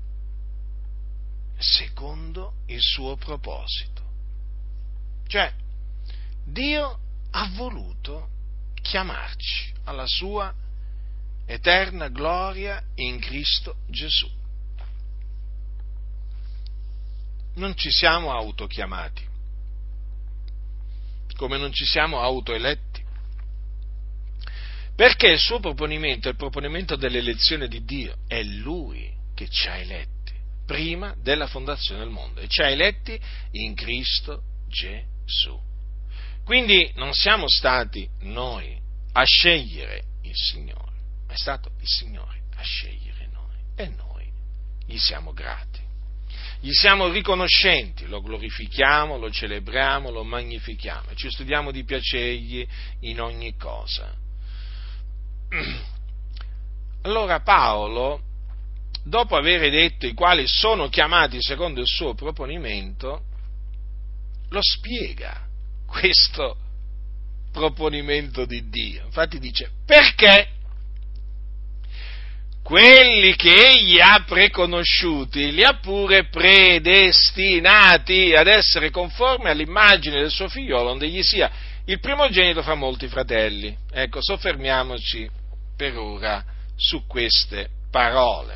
secondo il suo proposito. Cioè, Dio ha voluto chiamarci alla sua eterna gloria in Cristo Gesù. Non ci siamo autochiamati, come non ci siamo autoeletti. Perché il suo proponimento è il proponimento dell'elezione di Dio, è Lui che ci ha eletti prima della fondazione del mondo e ci ha eletti in Cristo Gesù. Quindi non siamo stati noi a scegliere il Signore, ma è stato il Signore a scegliere noi e noi gli siamo grati, gli siamo riconoscenti, lo glorifichiamo, lo celebriamo, lo magnifichiamo e ci studiamo di piacergli in ogni cosa. Allora Paolo, dopo aver detto i quali sono chiamati secondo il suo proponimento, lo spiega questo proponimento di Dio. Infatti dice, perché quelli che egli ha preconosciuti li ha pure predestinati ad essere conformi all'immagine del suo figliolo, onde egli sia il primogenito fra molti fratelli. Ecco, soffermiamoci per ora su queste parole.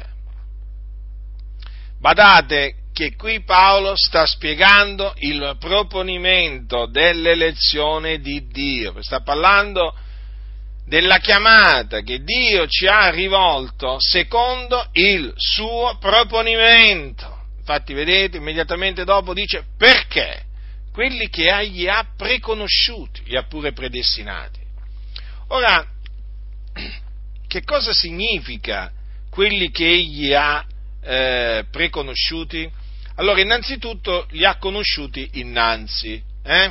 Badate che qui Paolo sta spiegando il proponimento dell'elezione di Dio, sta parlando della chiamata che Dio ci ha rivolto secondo il suo proponimento. Infatti, vedete, immediatamente dopo dice perché quelli che egli ha preconosciuti, li ha pure predestinati. Ora, che cosa significa quelli che egli ha eh, preconosciuti? Allora, innanzitutto li ha conosciuti innanzi, eh?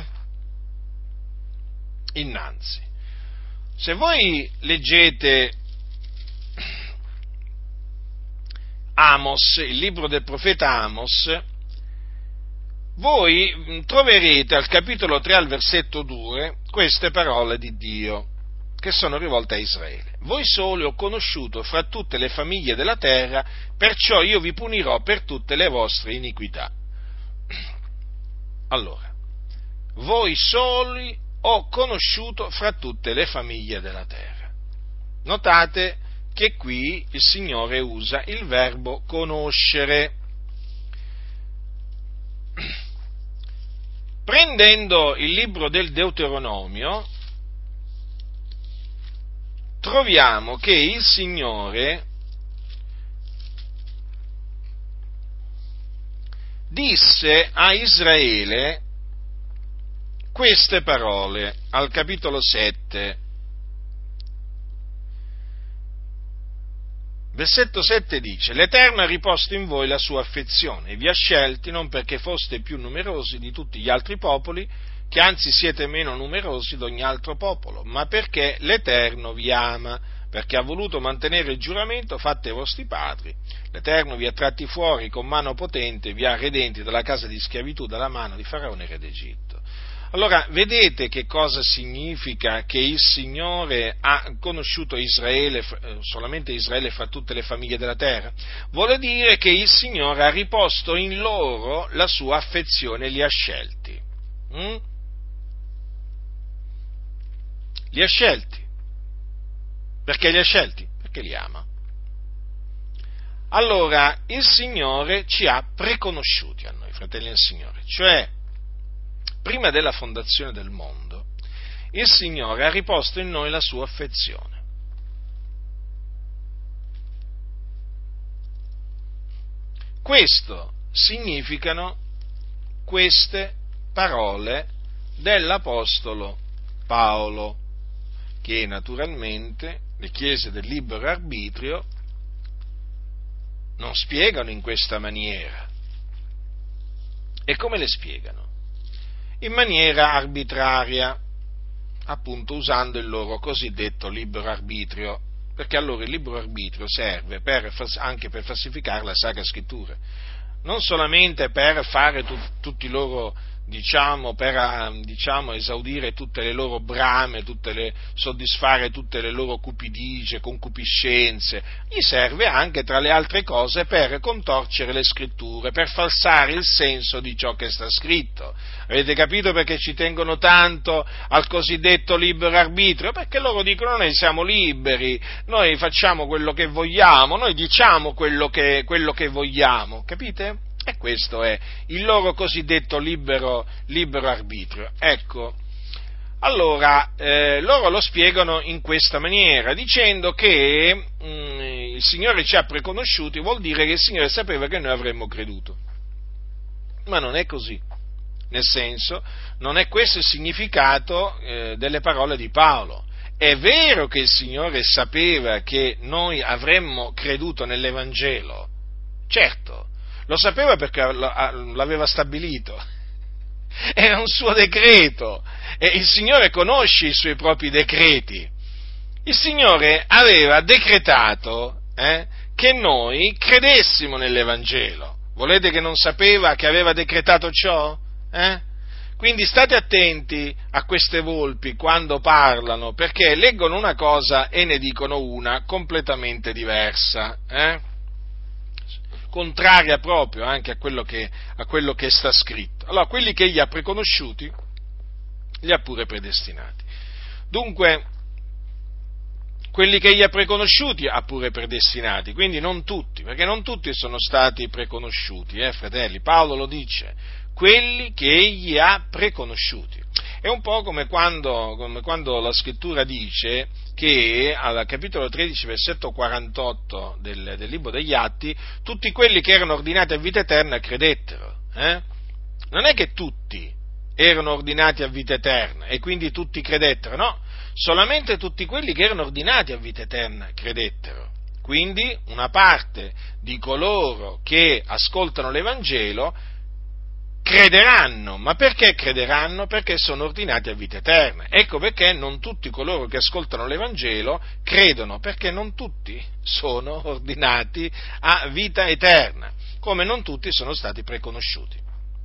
Innanzi. Se voi leggete Amos, il libro del profeta Amos, voi troverete al capitolo tre, al versetto due, queste parole di Dio, che sono rivolte a Israele. Voi soli ho conosciuto fra tutte le famiglie della terra, perciò io vi punirò per tutte le vostre iniquità. Allora, voi soli ho conosciuto fra tutte le famiglie della terra. Notate che qui il Signore usa il verbo conoscere. Prendendo il libro del Deuteronomio, troviamo che il Signore disse a Israele queste parole al capitolo sette. Versetto sette dice: «L'Eterno ha riposto in voi la sua affezione e vi ha scelti non perché foste più numerosi di tutti gli altri popoli, che anzi siete meno numerosi di ogni altro popolo, ma perché l'Eterno vi ama, perché ha voluto mantenere il giuramento fatto ai vostri padri. L'Eterno vi ha tratti fuori con mano potente, vi ha redenti dalla casa di schiavitù, dalla mano di Faraone re d'Egitto». Allora, vedete che cosa significa che il Signore ha conosciuto Israele, solamente Israele fra tutte le famiglie della terra? Vuole dire che il Signore ha riposto in loro la sua affezione e li ha scelti. Mm? Li ha scelti. Perché li ha scelti? Perché li ama. Allora, il Signore ci ha preconosciuti a noi, fratelli del Signore, cioè prima della fondazione del mondo, il Signore ha riposto in noi la sua affezione. Questo significano queste parole dell'Apostolo Paolo, che naturalmente le chiese del libero arbitrio non spiegano in questa maniera. E come le spiegano? In maniera arbitraria, appunto usando il loro cosiddetto libero arbitrio, perché allora il libero arbitrio serve per, anche per falsificare la Sacra Scrittura, non solamente per fare tu, tutti i loro, diciamo, per diciamo, esaudire tutte le loro brame, tutte le, soddisfare tutte le loro cupidigie, concupiscenze, gli serve anche, tra le altre cose, per contorcere le scritture, per falsare il senso di ciò che sta scritto. Avete capito perché ci tengono tanto al cosiddetto libero arbitrio? Perché loro dicono: noi siamo liberi, noi facciamo quello che vogliamo, noi diciamo quello che, quello che vogliamo, capite? E questo è il loro cosiddetto libero, libero arbitrio. Ecco, allora, eh, loro lo spiegano in questa maniera, dicendo che mh, il Signore ci ha preconosciuti, vuol dire che il Signore sapeva che noi avremmo creduto. Ma non è così. Nel senso, non è questo il significato eh, delle parole di Paolo. È vero che il Signore sapeva che noi avremmo creduto nell'Evangelo, certo, lo sapeva perché l'aveva stabilito, era un suo decreto, e il Signore conosce i suoi propri decreti. Il Signore aveva decretato eh, che noi credessimo nell'Evangelo. Volete che non sapeva che aveva decretato ciò? Eh? Quindi state attenti a queste volpi quando parlano, perché leggono una cosa e ne dicono una completamente diversa, eh? contraria proprio anche a quello che, a quello che sta scritto. Allora, quelli che egli ha preconosciuti, li ha pure predestinati. Dunque, quelli che egli ha preconosciuti ha pure predestinati, quindi non tutti, perché non tutti sono stati preconosciuti, eh, fratelli, Paolo lo dice, quelli che egli ha preconosciuti. È un po' come quando, come quando la scrittura dice che al capitolo tredici, versetto quarantotto del, del libro degli Atti, tutti quelli che erano ordinati a vita eterna credettero. Eh? Non è che tutti erano ordinati a vita eterna e quindi tutti credettero, no, solamente tutti quelli che erano ordinati a vita eterna credettero. Quindi una parte di coloro che ascoltano l'Evangelo crederanno, ma perché crederanno? Perché sono ordinati a vita eterna. Ecco perché non tutti coloro che ascoltano l'Evangelo credono, perché non tutti sono ordinati a vita eterna, come non tutti sono stati preconosciuti.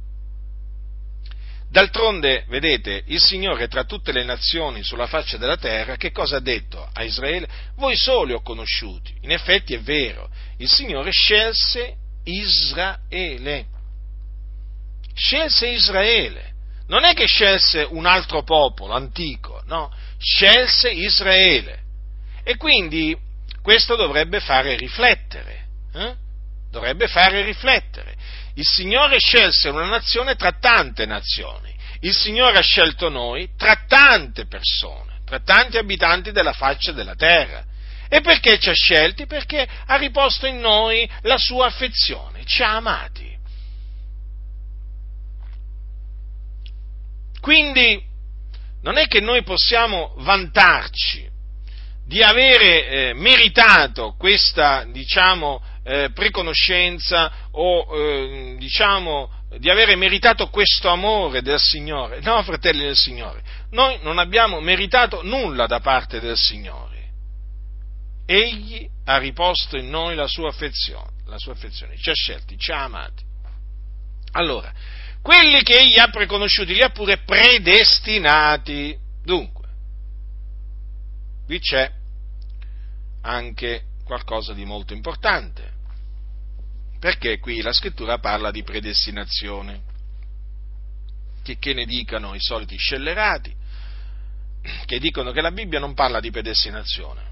D'altronde, vedete, il Signore tra tutte le nazioni sulla faccia della terra, che cosa ha detto a Israele? Voi soli ho conosciuti. In effetti è vero, il Signore scelse Israele. Scelse Israele. Non è che scelse un altro popolo antico, no, scelse Israele. E quindi questo dovrebbe fare riflettere, eh? Dovrebbe fare riflettere. Il Signore scelse una nazione tra tante nazioni. Il Signore ha scelto noi tra tante persone, tra tanti abitanti della faccia della terra. E perché ci ha scelti? Perché ha riposto in noi la sua affezione, ci ha amati. Quindi non è che noi possiamo vantarci di avere eh, meritato questa, diciamo, eh, preconoscenza o, eh, diciamo, di avere meritato questo amore del Signore. No, fratelli del Signore, noi non abbiamo meritato nulla da parte del Signore. Egli ha riposto in noi la sua affezione, la sua affezione, ci ha scelti, ci ha amati. Allora, quelli che egli ha preconosciuti li ha pure predestinati. Dunque, qui c'è anche qualcosa di molto importante, perché qui la scrittura parla di predestinazione. Che, che ne dicano i soliti scellerati, che dicono che la Bibbia non parla di predestinazione.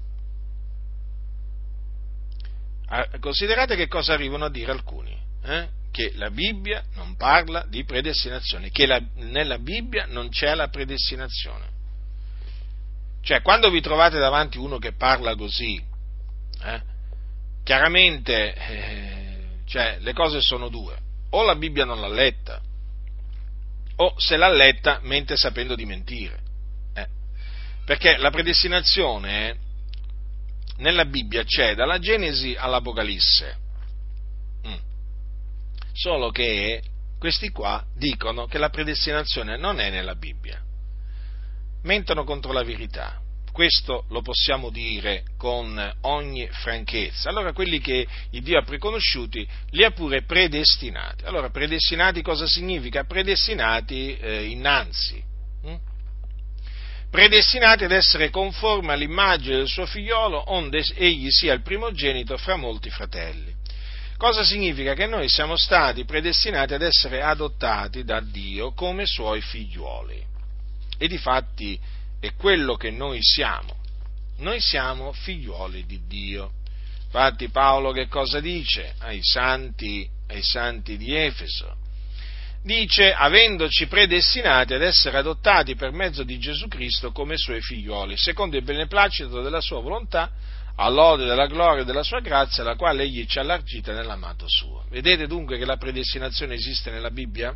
Considerate che cosa arrivano a dire alcuni, eh? Che la Bibbia non parla di predestinazione, che la, nella Bibbia non c'è la predestinazione. Cioè, quando vi trovate davanti uno che parla così, eh, chiaramente eh, cioè, le cose sono due: o la Bibbia non l'ha letta, o se l'ha letta mente sapendo di mentire. Eh. Perché la predestinazione nella Bibbia c'è dalla Genesi all'Apocalisse. Mm. Solo che questi qua dicono che la predestinazione non è nella Bibbia. Mentono contro la verità. Questo lo possiamo dire con ogni franchezza. Allora, quelli che il Dio ha preconosciuti li ha pure predestinati. Allora, predestinati cosa significa? Predestinati eh, innanzi. Hm? Predestinati ad essere conformi all'immagine del suo figliolo, onde egli sia il primogenito fra molti fratelli. Cosa significa? Che noi siamo stati predestinati ad essere adottati da Dio come suoi figliuoli. E difatti è quello che noi siamo. Noi siamo figliuoli di Dio. Infatti Paolo che cosa dice ai santi, ai santi di Efeso? Dice: avendoci predestinati ad essere adottati per mezzo di Gesù Cristo come suoi figliuoli, secondo il beneplacito della sua volontà, all'ode della gloria e della sua grazia, la quale egli ci ha allargita nell'amato suo. Vedete dunque che la predestinazione esiste nella Bibbia?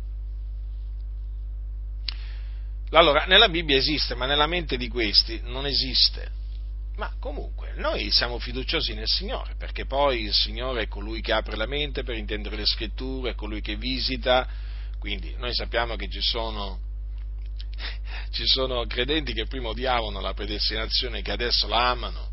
Allora, nella Bibbia esiste, ma nella mente di questi non esiste. Ma comunque, noi siamo fiduciosi nel Signore, perché poi il Signore è colui che apre la mente per intendere le Scritture, è colui che visita, quindi noi sappiamo che ci sono, ci sono credenti che prima odiavano la predestinazione, che adesso la amano,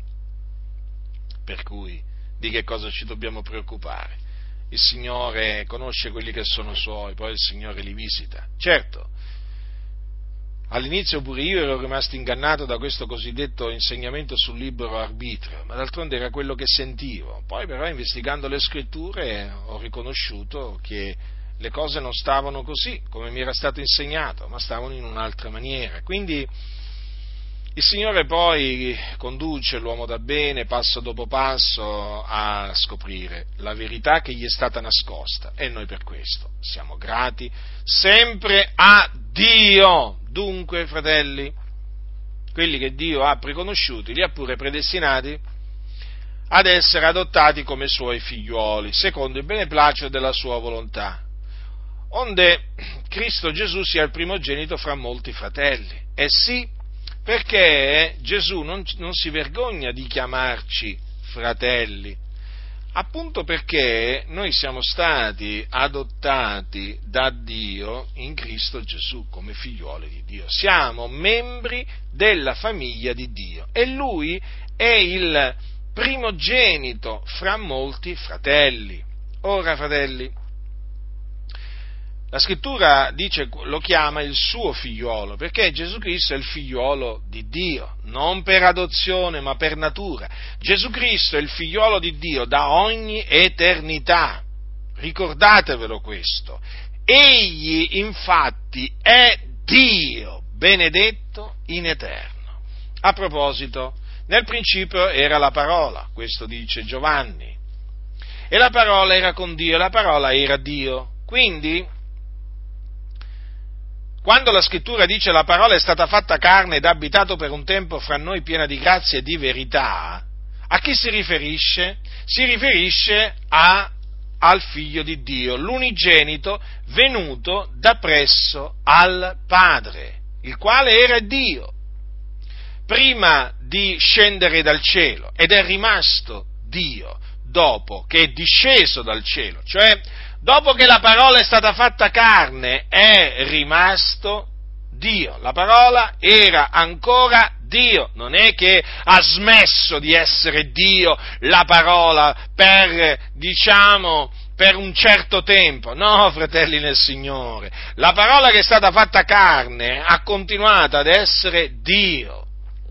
per cui di che cosa ci dobbiamo preoccupare? Il Signore conosce quelli che sono Suoi, poi il Signore li visita. Certo, all'inizio pure io ero rimasto ingannato da questo cosiddetto insegnamento sul libero arbitrio, ma d'altronde era quello che sentivo. Poi però, investigando le Scritture, ho riconosciuto che le cose non stavano così, come mi era stato insegnato, ma stavano in un'altra maniera. Quindi il Signore poi conduce l'uomo da bene, passo dopo passo, a scoprire la verità che gli è stata nascosta, e noi per questo siamo grati sempre a Dio. Dunque, fratelli, quelli che Dio ha preconosciuti li ha pure predestinati ad essere adottati come suoi figliuoli, secondo il beneplacito della sua volontà, onde Cristo Gesù sia il primogenito fra molti fratelli. Eh sì, perché Gesù non, non si vergogna di chiamarci fratelli, appunto perché noi siamo stati adottati da Dio in Cristo Gesù come figliuoli di Dio, siamo membri della famiglia di Dio e Lui è il primogenito fra molti fratelli. Ora, fratelli, la Scrittura dice, lo chiama il suo figliolo, perché Gesù Cristo è il figliolo di Dio, non per adozione ma per natura. Gesù Cristo è il figliolo di Dio da ogni eternità, ricordatevelo questo. Egli infatti è Dio, benedetto in eterno. A proposito, nel principio era la parola, questo dice Giovanni, e la parola era con Dio, e la parola era Dio. Quindi, quando la Scrittura dice la parola è stata fatta carne ed ha abitato per un tempo fra noi piena di grazia e di verità, a chi si riferisce? Si riferisce a, al Figlio di Dio, l'unigenito venuto da presso al Padre, il quale era Dio, prima di scendere dal cielo, ed è rimasto Dio dopo che è disceso dal cielo, cioè dopo che la parola è stata fatta carne, è rimasto Dio. La parola era ancora Dio, non è che ha smesso di essere Dio la parola per, diciamo, per un certo tempo. No, fratelli nel Signore, la parola che è stata fatta carne ha continuato ad essere Dio.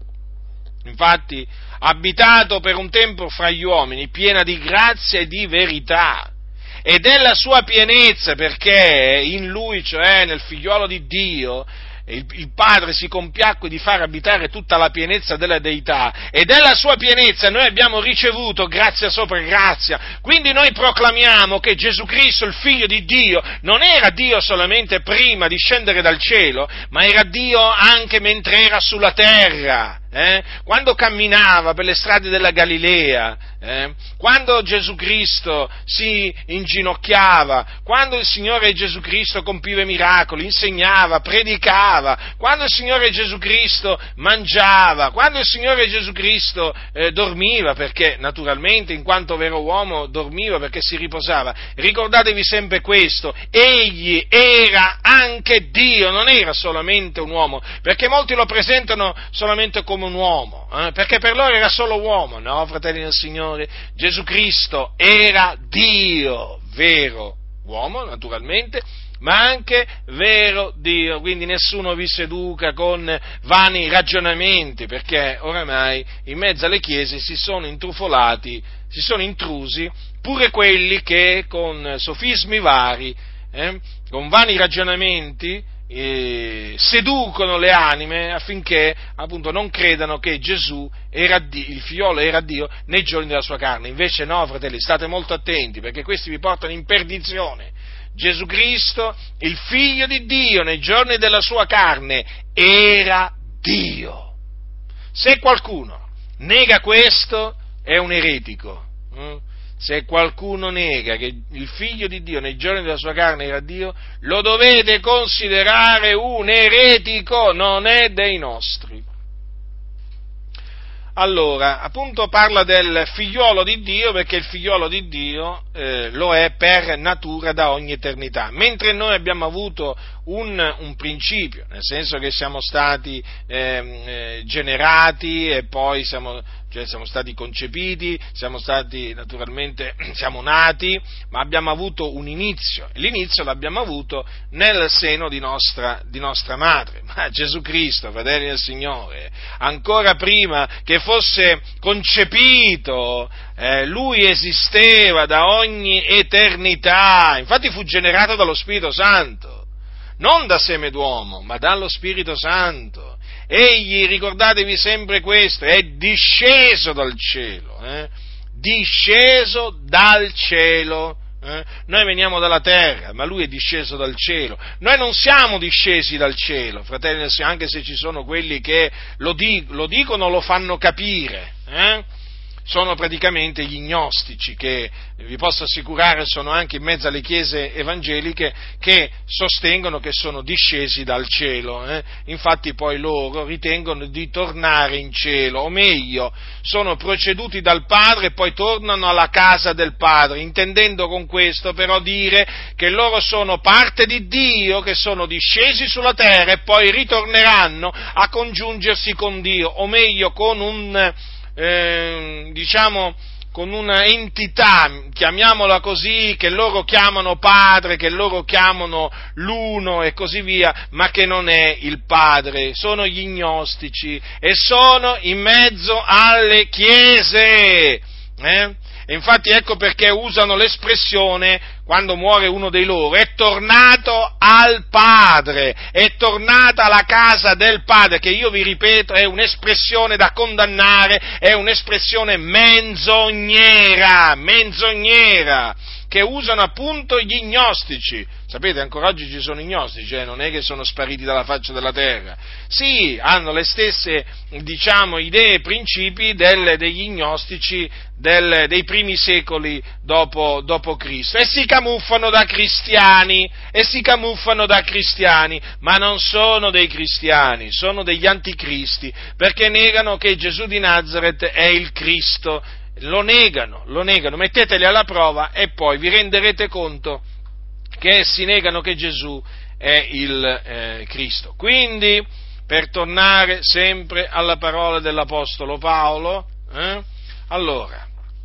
Infatti, ha abitato per un tempo fra gli uomini, piena di grazia e di verità. Ed è la sua pienezza, perché in lui, cioè nel figliuolo di Dio, il, il Padre si compiacque di far abitare tutta la pienezza della Deità, ed è la sua pienezza noi abbiamo ricevuto grazia sopra grazia. Quindi noi proclamiamo che Gesù Cristo, il Figlio di Dio, non era Dio solamente prima di scendere dal cielo, ma era Dio anche mentre era sulla terra. Eh? Quando camminava per le strade della Galilea, eh? Quando Gesù Cristo si inginocchiava, quando il Signore Gesù Cristo compiva miracoli, insegnava, predicava, quando il Signore Gesù Cristo mangiava, quando il Signore Gesù Cristo eh, dormiva, perché naturalmente in quanto vero uomo dormiva perché si riposava, ricordatevi sempre questo, egli era anche Dio, non era solamente un uomo, perché molti lo presentano solamente come un uomo, eh? Perché per loro era solo uomo. No, fratelli del Signore, Gesù Cristo era Dio, vero uomo naturalmente, ma anche vero Dio, quindi nessuno vi seduca con vani ragionamenti, perché oramai in mezzo alle chiese si sono intrufolati, si sono intrusi pure quelli che con sofismi vari, eh, con vani ragionamenti, Eh, seducono le anime affinché appunto non credano che Gesù era Dio, il figliolo era Dio nei giorni della sua carne. Invece no, fratelli, state molto attenti, perché questi vi portano in perdizione. Gesù Cristo, il Figlio di Dio, nei giorni della sua carne era Dio. Se qualcuno nega questo è un eretico. Hm? Se qualcuno nega che il Figlio di Dio nei giorni della sua carne era Dio, lo dovete considerare un eretico, non è dei nostri. Allora, appunto parla del figliolo di Dio, perché il figliolo di Dio eh, lo è per natura da ogni eternità, mentre noi abbiamo avuto un, un principio, nel senso che siamo stati eh, eh, generati e poi siamo, cioè siamo stati concepiti, siamo stati naturalmente, siamo nati, ma abbiamo avuto un inizio, e l'inizio l'abbiamo avuto nel seno di nostra, di nostra madre. Ma Gesù Cristo, fratelli del Signore, ancora prima che fosse concepito, eh, lui esisteva da ogni eternità, infatti fu generato dallo Spirito Santo, non da seme d'uomo, ma dallo Spirito Santo. Egli, ricordatevi sempre questo, è disceso dal cielo, eh? disceso dal cielo. Eh? Noi veniamo dalla terra, ma lui è disceso dal cielo. Noi non siamo discesi dal cielo, fratelli del Signore, anche se ci sono quelli che lo, di, lo dicono, lo fanno capire. Eh? sono praticamente gli gnostici, che vi posso assicurare sono anche in mezzo alle chiese evangeliche, che sostengono che sono discesi dal cielo. Eh? Infatti poi loro ritengono di tornare in cielo, o meglio, sono proceduti dal Padre e poi tornano alla casa del Padre, intendendo con questo però dire che loro sono parte di Dio, che sono discesi sulla terra e poi ritorneranno a congiungersi con Dio, o meglio con un, eh, diciamo, con una entità, chiamiamola così, che loro chiamano Padre, che loro chiamano l'Uno e così via, ma che non è il Padre, sono gli gnostici e sono in mezzo alle chiese. Eh? E infatti ecco perché usano l'espressione, quando muore uno dei loro, è tornato al Padre, è tornata alla casa del Padre, che io vi ripeto è un'espressione da condannare, è un'espressione menzognera, menzognera, che usano appunto gli gnostici. Sapete, ancora oggi ci sono i gnostici, eh? Non è che sono spariti dalla faccia della terra. Sì, hanno le stesse, diciamo, idee e principi del, degli gnostici del, dei primi secoli dopo, dopo Cristo, e si camuffano da cristiani, e si camuffano da cristiani, ma non sono dei cristiani, sono degli anticristi, perché negano che Gesù di Nazaret è il Cristo. Lo negano, lo negano, metteteli alla prova e poi vi renderete conto che essi negano che Gesù è il eh, Cristo. Quindi, per tornare sempre alla parola dell'Apostolo Paolo, eh, allora,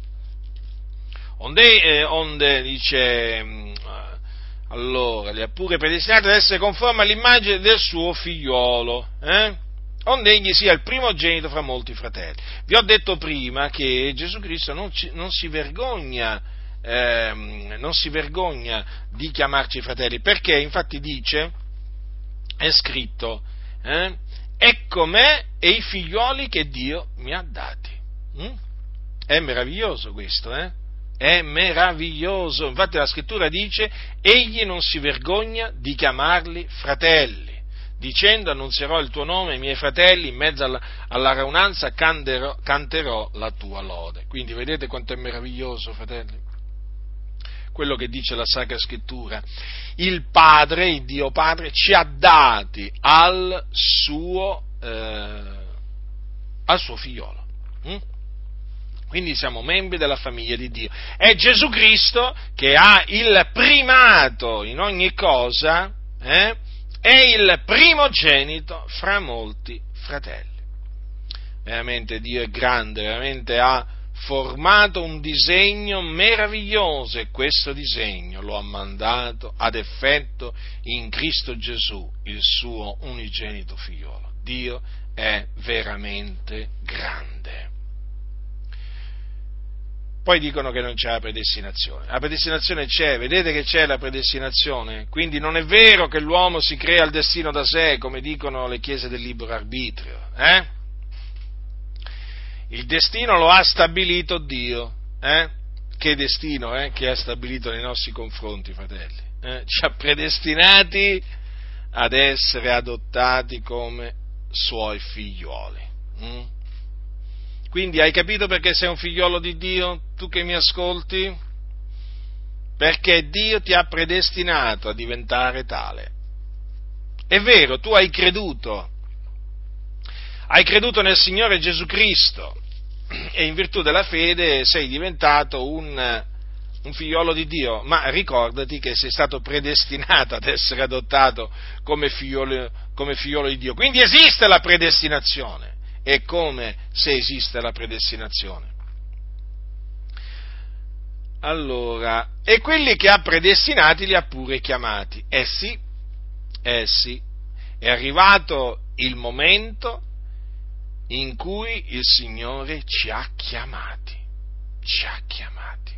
onde, eh, onde dice, mh, allora, li ha pure predestinati ad essere conformi all'immagine del suo figliolo, eh? onde egli sia il primogenito fra molti fratelli. Vi ho detto prima che Gesù Cristo non, ci, non si vergogna, ehm, non si vergogna di chiamarci fratelli, perché infatti dice, è scritto, eh, ecco me e i figlioli che Dio mi ha dati. Mm? È meraviglioso questo, eh? È meraviglioso. Infatti la scrittura dice, egli non si vergogna di chiamarli fratelli, dicendo annunzierò il tuo nome ai miei fratelli, in mezzo alla, alla raunanza canterò, canterò la tua lode. Quindi vedete quanto è meraviglioso, fratelli, quello che dice la Sacra Scrittura. Il Padre, il Dio Padre, ci ha dati al suo, eh, al suo figliolo. Hm? Quindi siamo membri della famiglia di Dio. È Gesù Cristo che ha il primato in ogni cosa, eh? È il primogenito fra molti fratelli. Veramente Dio è grande, veramente ha formato un disegno meraviglioso e questo disegno lo ha mandato ad effetto in Cristo Gesù, il suo unigenito figliolo. Dio è veramente grande. Poi dicono che non c'è la predestinazione. La predestinazione c'è, vedete che c'è la predestinazione? Quindi non è vero che l'uomo si crea il destino da sé, come dicono le chiese del libero arbitrio. Eh? Il destino lo ha stabilito Dio. Eh? Che destino eh? che ha stabilito nei nostri confronti, fratelli? Eh? Ci ha predestinati ad essere adottati come suoi figlioli. Mm? Quindi hai capito perché sei un figliolo di Dio, tu che mi ascolti? Perché Dio ti ha predestinato a diventare tale. È vero, tu hai creduto, hai creduto nel Signore Gesù Cristo e in virtù della fede sei diventato un, un figliolo di Dio, ma ricordati che sei stato predestinato ad essere adottato come figliolo, come figliolo di Dio. Quindi esiste la predestinazione. E come se esiste la predestinazione? Allora, e quelli che ha predestinati li ha pure chiamati. Eh sì, eh sì, è arrivato il momento in cui il Signore ci ha chiamati, ci ha chiamati.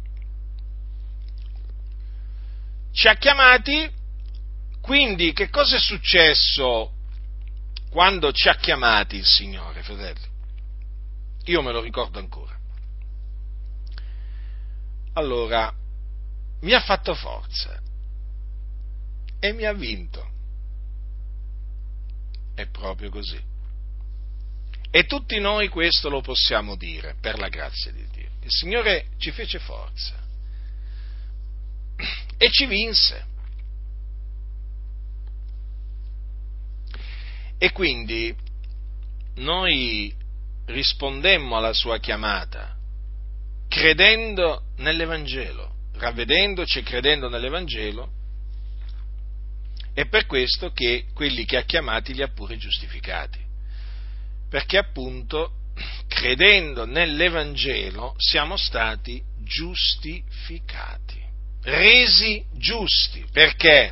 Ci ha chiamati, quindi che cosa è successo quando ci ha chiamati il Signore, fratelli? Io me lo ricordo ancora. Allora, mi ha fatto forza e mi ha vinto. È proprio così. E tutti noi questo lo possiamo dire, per la grazia di Dio. Il Signore ci fece forza e ci vinse. E quindi noi rispondemmo alla sua chiamata credendo nell'Evangelo, ravvedendoci e credendo nell'Evangelo, è per questo che quelli che ha chiamati li ha pure giustificati. Perché appunto, credendo nell'Evangelo, siamo stati giustificati, resi giusti. Perché?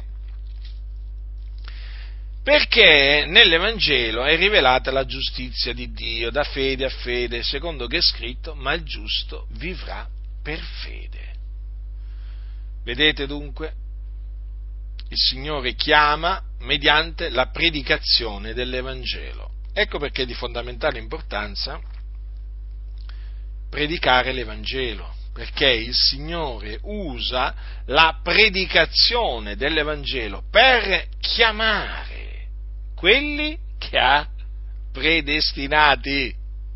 Perché nell'Evangelo è rivelata la giustizia di Dio, da fede a fede, secondo che è scritto, ma il giusto vivrà per fede. Vedete dunque? Il Signore chiama mediante la predicazione dell'Evangelo. Ecco perché è di fondamentale importanza predicare l'Evangelo, perché il Signore usa la predicazione dell'Evangelo per chiamare quelli che ha predestinati.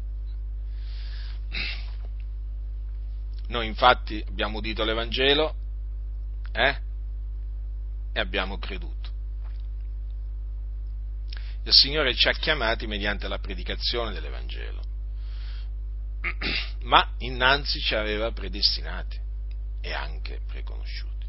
Noi infatti abbiamo udito l'Evangelo eh, e abbiamo creduto. Il Signore ci ha chiamati mediante la predicazione dell'Evangelo, ma innanzi ci aveva predestinati e anche preconosciuti.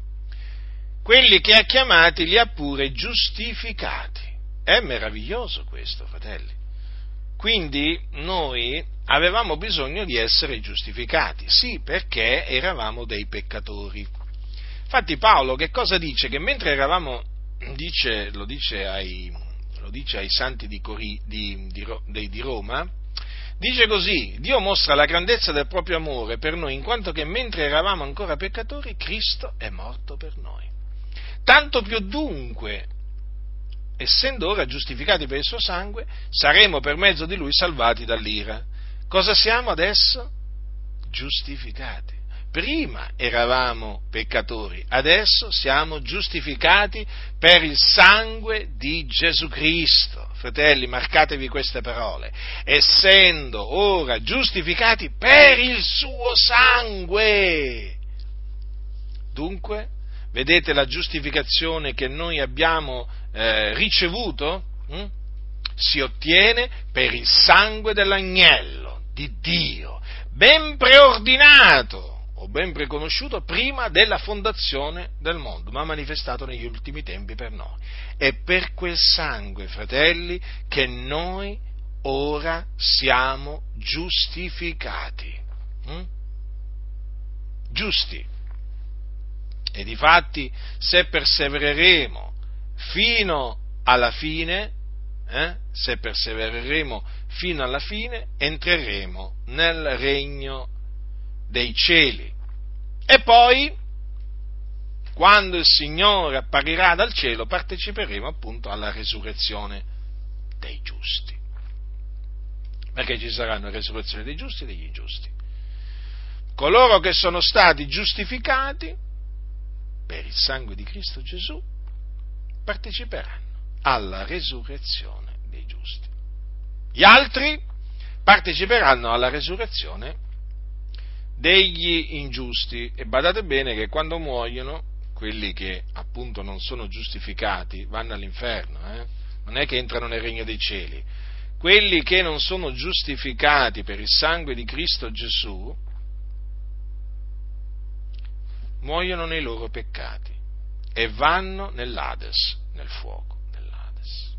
Quelli che ha chiamati li ha pure giustificati. È meraviglioso questo, fratelli. Quindi noi avevamo bisogno di essere giustificati, sì, perché eravamo dei peccatori. Infatti Paolo che cosa dice? Che mentre eravamo, dice, lo dice ai lo dice ai santi di, Cori, di, di, di, di Roma, dice così: Dio mostra la grandezza del proprio amore per noi, in quanto che mentre eravamo ancora peccatori, Cristo è morto per noi. Tanto più dunque, essendo ora giustificati per il suo sangue, saremo per mezzo di lui salvati dall'ira. Cosa siamo adesso? Giustificati. Prima eravamo peccatori, adesso siamo giustificati per il sangue di Gesù Cristo. Fratelli, marcatevi queste parole. Essendo ora giustificati per il suo sangue. Dunque, vedete la giustificazione che noi abbiamo eh, ricevuto? Hm? Si ottiene per il sangue dell'agnello di Dio, ben preordinato o ben preconosciuto prima della fondazione del mondo, ma manifestato negli ultimi tempi per noi. È per quel sangue, fratelli, che noi ora siamo giustificati. Hm? Giusti. E difatti, se persevereremo fino alla fine, eh, se persevereremo fino alla fine, entreremo nel regno dei cieli. E poi, quando il Signore apparirà dal cielo, parteciperemo appunto alla resurrezione dei giusti. Perché ci sarà una resurrezione dei giusti e degli ingiusti. Coloro che sono stati giustificati per il sangue di Cristo Gesù parteciperanno alla resurrezione dei giusti. Gli altri parteciperanno alla resurrezione degli ingiusti. E badate bene che quando muoiono, quelli che appunto non sono giustificati vanno all'inferno, eh? Non è che entrano nel regno dei cieli. Quelli che non sono giustificati per il sangue di Cristo Gesù muoiono nei loro peccati e vanno nell'Ades, nel fuoco dell'Ades.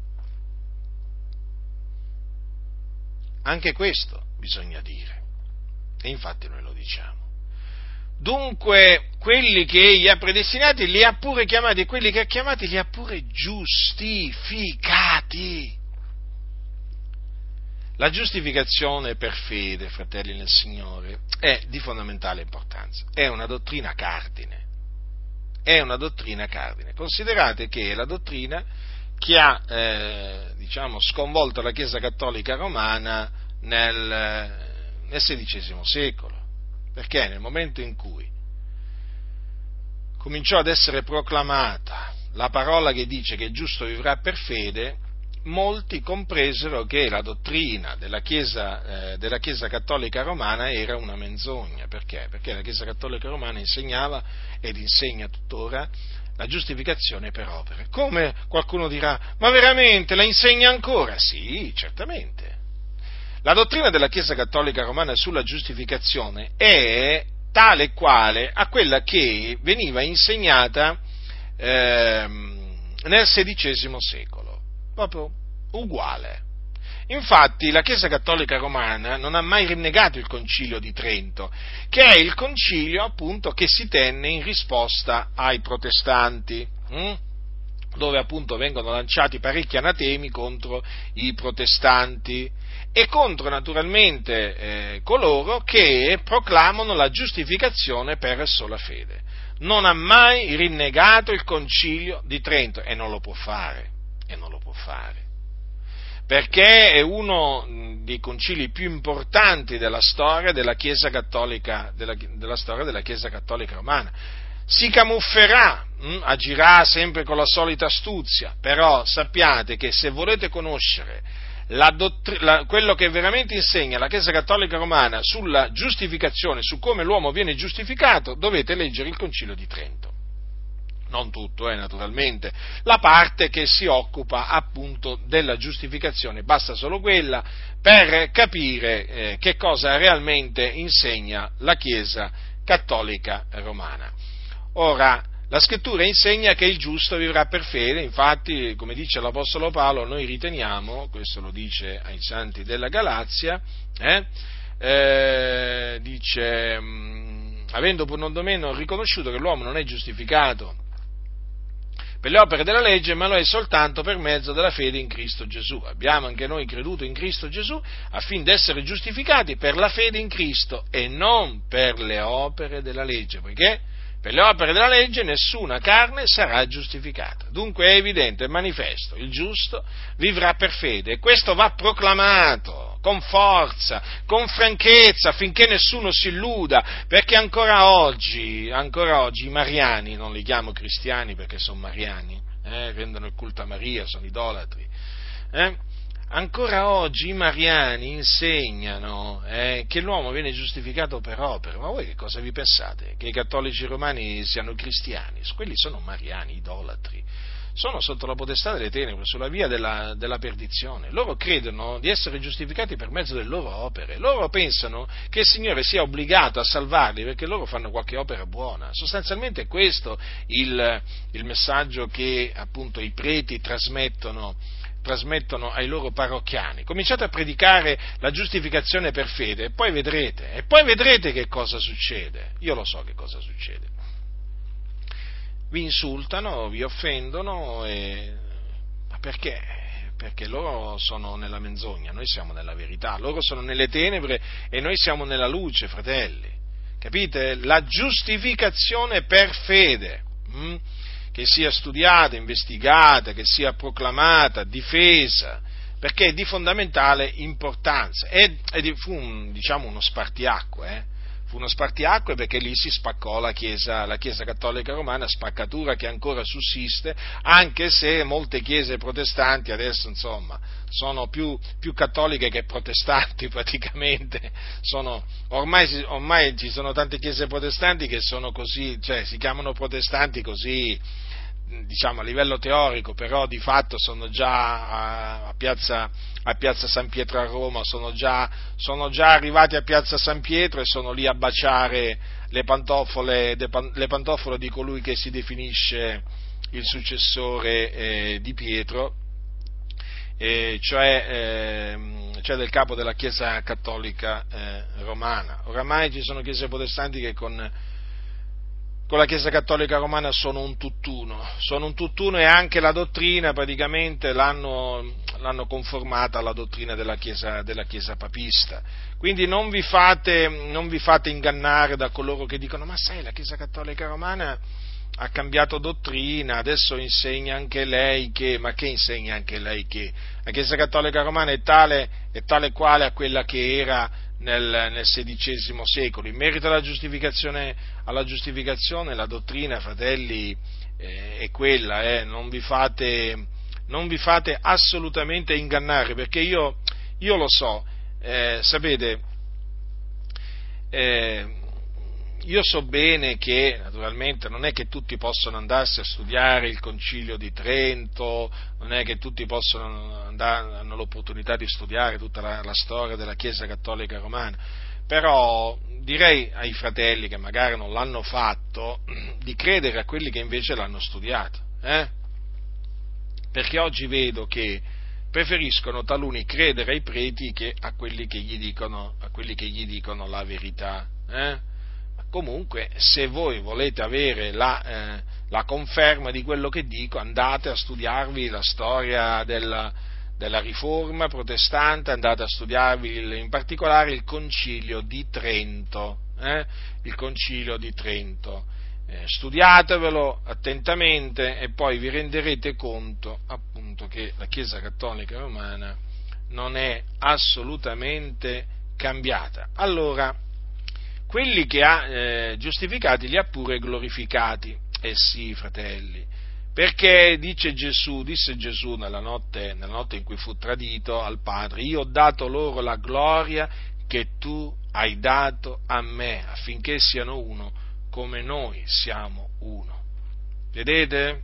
Anche questo bisogna dire, e infatti noi lo diciamo. Dunque, quelli che egli ha predestinati li ha pure chiamati, e quelli che ha chiamati li ha pure giustificati. La giustificazione per fede, fratelli nel Signore, è di fondamentale importanza, è una dottrina cardine, è una dottrina cardine. Considerate che è la dottrina che ha, eh, diciamo, sconvolto la Chiesa Cattolica Romana nel, nel sedicesimo secolo, perché nel momento in cui cominciò ad essere proclamata la parola che dice che il giusto vivrà per fede, molti compresero che la dottrina della Chiesa, eh, della Chiesa Cattolica Romana era una menzogna. Perché? Perché la Chiesa Cattolica Romana insegnava ed insegna tuttora la giustificazione per opere. Come qualcuno dirà, ma veramente la insegna ancora? Sì, certamente. La dottrina della Chiesa Cattolica Romana sulla giustificazione è tale e quale a quella che veniva insegnata ehm, nel sedicesimo secolo, proprio uguale. Infatti la Chiesa Cattolica Romana non ha mai rinnegato il Concilio di Trento, che è il concilio appunto che si tenne in risposta ai protestanti, hm? dove appunto vengono lanciati parecchi anatemi contro i protestanti e contro naturalmente eh, coloro che proclamano la giustificazione per sola fede. Non ha mai rinnegato il Concilio di Trento e non lo può fare, e non lo può fare, perché è uno dei concili più importanti della storia della Chiesa Cattolica, della, della storia della Chiesa Cattolica Romana. Si camufferà, hm, agirà sempre con la solita astuzia, però sappiate che se volete conoscere la dottr- la, quello che veramente insegna la Chiesa Cattolica Romana sulla giustificazione, su come l'uomo viene giustificato, dovete leggere il Concilio di Trento. Non tutto, eh, naturalmente, la parte che si occupa appunto della giustificazione, basta solo quella per capire eh, che cosa realmente insegna la Chiesa Cattolica Romana. Ora, la Scrittura insegna che il giusto vivrà per fede, infatti, come dice l'Apostolo Paolo, noi riteniamo, questo lo dice ai santi della Galazia, eh, eh, dice, mh, avendo pur non meno riconosciuto che l'uomo non è giustificato per le opere della legge, ma lo è soltanto per mezzo della fede in Cristo Gesù. Abbiamo anche noi creduto in Cristo Gesù affin d'essere giustificati per la fede in Cristo e non per le opere della legge, poiché per le opere della legge nessuna carne sarà giustificata. Dunque è evidente, è manifesto, il giusto vivrà per fede e questo va proclamato con forza, con franchezza, affinché nessuno si illuda, perché ancora oggi, ancora oggi i mariani, non li chiamo cristiani perché sono mariani, eh, rendono il culto a Maria, sono idolatri, eh? Ancora oggi i mariani insegnano eh, che l'uomo viene giustificato per opere, ma voi che cosa vi pensate? Che i cattolici romani siano cristiani? Quelli sono mariani, idolatri, sono sotto la potestà delle tenebre, sulla via della, della perdizione. Loro credono di essere giustificati per mezzo delle loro opere, loro pensano che il Signore sia obbligato a salvarli perché loro fanno qualche opera buona. Sostanzialmente è questo il, il messaggio che appunto i preti trasmettono trasmettono ai loro parrocchiani. Cominciate a predicare la giustificazione per fede e poi vedrete, e poi vedrete che cosa succede. Io lo so che cosa succede. Vi insultano, vi offendono, e... ma perché? Perché loro sono nella menzogna, noi siamo nella verità, loro sono nelle tenebre e noi siamo nella luce, fratelli. Capite? La giustificazione per fede. Hm? Che sia studiata, investigata, che sia proclamata, difesa, perché è di fondamentale importanza. E, e fu un, diciamo uno spartiacque, eh? fu uno spartiacque perché lì si spaccò la Chiesa, la Chiesa Cattolica Romana, spaccatura che ancora sussiste, anche se molte chiese protestanti adesso, insomma, sono più, più cattoliche che protestanti praticamente, sono, ormai, ormai ci sono tante chiese protestanti che sono così, cioè si chiamano protestanti così, diciamo a livello teorico, però di fatto sono già a, a, piazza, a piazza San Pietro a Roma, sono già, sono già arrivati a piazza San Pietro e sono lì a baciare le pantofole, le pantofole di colui che si definisce il successore eh, di Pietro, eh, cioè, eh, cioè del capo della Chiesa Cattolica eh, Romana. Oramai ci sono chiese protestanti che con con la Chiesa Cattolica Romana sono un tutt'uno, sono un tutt'uno e anche la dottrina praticamente l'hanno, l'hanno conformata alla dottrina della Chiesa, della Chiesa papista. Quindi non vi fate, non vi fate ingannare da coloro che dicono ma sai la Chiesa Cattolica Romana ha cambiato dottrina, adesso insegna anche lei che, ma che insegna anche lei che? La Chiesa Cattolica Romana è tale, è tale quale a quella che era nel, nel sedicesimo secolo. In merito alla giustificazione, alla giustificazione la dottrina, fratelli, eh, è quella, eh, non vi fate, non vi fate assolutamente ingannare, perché io, io lo so, eh, sapete, eh, io so bene che naturalmente non è che tutti possono andarsi a studiare il Concilio di Trento, non è che tutti possono andare, hanno l'opportunità di studiare tutta la, la storia della Chiesa Cattolica Romana, però direi ai fratelli che magari non l'hanno fatto di credere a quelli che invece l'hanno studiato, eh? Perché oggi vedo che preferiscono taluni credere ai preti che a quelli che gli dicono, a quelli che gli dicono la verità, eh? Comunque, se voi volete avere la, eh, la conferma di quello che dico, andate a studiarvi la storia della, della Riforma protestante, andate a studiarvi il, in particolare il Concilio di Trento, eh? il Concilio di Trento. Eh, studiatevelo attentamente e poi vi renderete conto, appunto, che la Chiesa Cattolica Romana non è assolutamente cambiata. Allora, quelli che ha eh, giustificati li ha pure glorificati. Eh sì, fratelli, perché dice Gesù, disse Gesù nella notte, nella notte in cui fu tradito al Padre: io ho dato loro la gloria che tu hai dato a me, affinché siano uno come noi siamo uno. Vedete?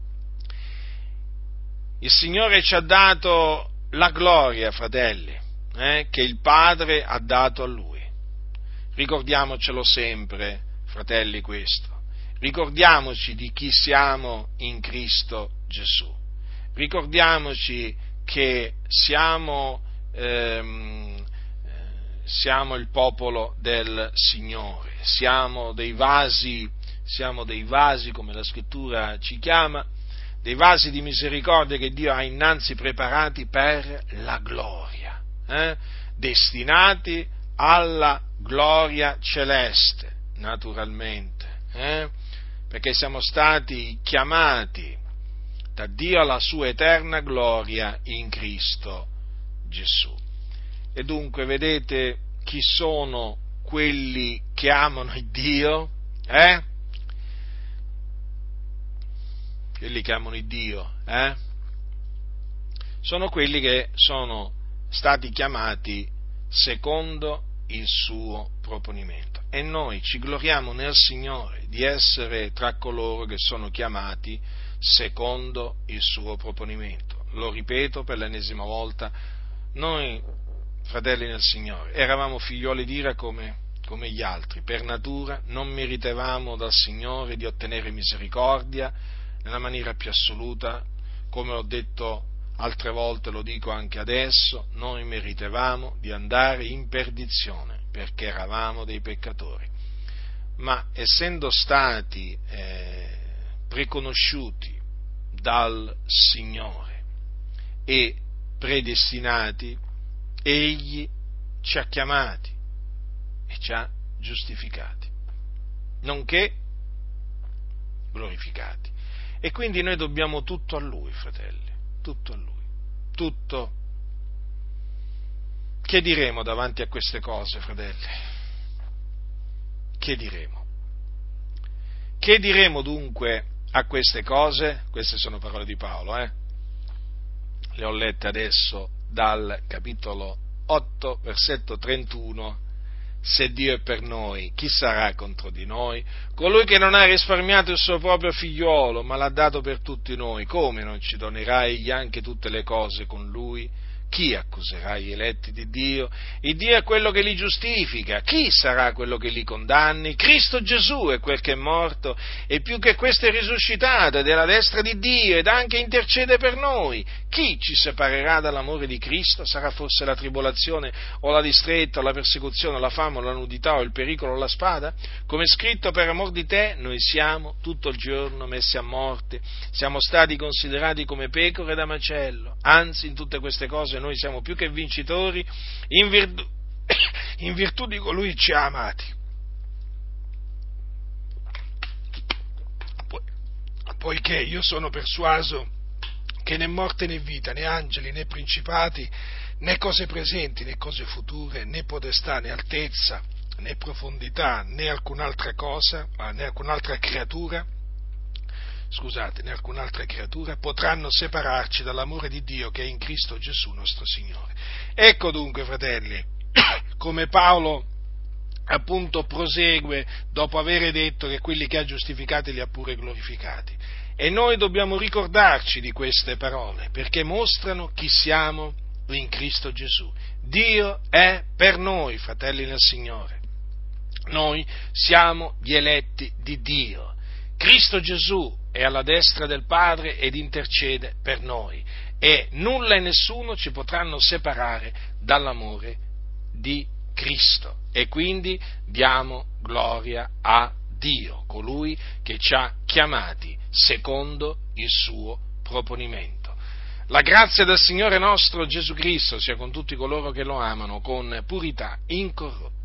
Il Signore ci ha dato la gloria, fratelli, eh, che il Padre ha dato a Lui. Ricordiamocelo sempre, fratelli, questo. Ricordiamoci di chi siamo in Cristo Gesù. Ricordiamoci che siamo, ehm, siamo il popolo del Signore, siamo dei vasi, siamo dei vasi, come la Scrittura ci chiama, dei vasi di misericordia che Dio ha innanzi preparati per la gloria, eh? destinati alla gloria celeste, naturalmente, eh? perché siamo stati chiamati da Dio alla sua eterna gloria in Cristo Gesù. E dunque, vedete chi sono quelli che amano il Dio? Eh? Quelli che amano il Dio, eh? Sono quelli che sono stati chiamati secondo il suo proponimento. E noi ci gloriamo nel Signore di essere tra coloro che sono chiamati secondo il suo proponimento. Lo ripeto per l'ennesima volta, noi, fratelli nel Signore, eravamo figlioli d'ira come, come gli altri, per natura non meritavamo dal Signore di ottenere misericordia nella maniera più assoluta, come ho detto altre volte, lo dico anche adesso, noi meritavamo di andare in perdizione perché eravamo dei peccatori, ma essendo stati eh, preconosciuti dal Signore e predestinati, Egli ci ha chiamati e ci ha giustificati, nonché glorificati. E quindi noi dobbiamo tutto a Lui, fratelli, tutto a Lui, tutto. Che diremo davanti a queste cose, fratelli? Che diremo? Che diremo dunque a queste cose? Queste sono parole di Paolo, eh? Le ho lette adesso dal capitolo otto, versetto trentuno. Se Dio è per noi, chi sarà contro di noi? Colui che non ha risparmiato il suo proprio figliuolo, ma l'ha dato per tutti noi, come non ci donerà egli anche tutte le cose con lui? Chi accuserà gli eletti di Dio? Il Dio è quello che li giustifica. Chi sarà quello che li condanni? Cristo Gesù è quel che è morto e più che questo è risuscitato ed è alla destra di Dio ed anche intercede per noi. Chi ci separerà dall'amore di Cristo? Sarà forse la tribolazione o la distretta o la persecuzione o la fame o la nudità o il pericolo o la spada? Come è scritto: per amor di te noi siamo tutto il giorno messi a morte, siamo stati considerati come pecore da macello. Anzi, in tutte queste cose noi siamo più che vincitori in virtù, in virtù di colui che ci ha amati. Po- poiché io sono persuaso che né morte né vita, né angeli né principati, né cose presenti né cose future, né potestà né altezza, né profondità, né alcun'altra cosa, né alcun'altra creatura scusate, né alcun'altra creatura potranno separarci dall'amore di Dio che è in Cristo Gesù nostro Signore. Ecco dunque, fratelli, come Paolo appunto prosegue dopo avere detto che quelli che ha giustificati li ha pure glorificati. E noi dobbiamo ricordarci di queste parole, perché mostrano chi siamo in Cristo Gesù. Dio è per noi, fratelli nel Signore. Noi siamo gli eletti di Dio. Cristo Gesù è alla destra del Padre ed intercede per noi. E nulla e nessuno ci potranno separare dall'amore di Cristo. E quindi diamo gloria a Dio, colui che ci ha chiamati secondo il suo proponimento. La grazia del Signore nostro Gesù Cristo sia con tutti coloro che lo amano con purità incorrotta.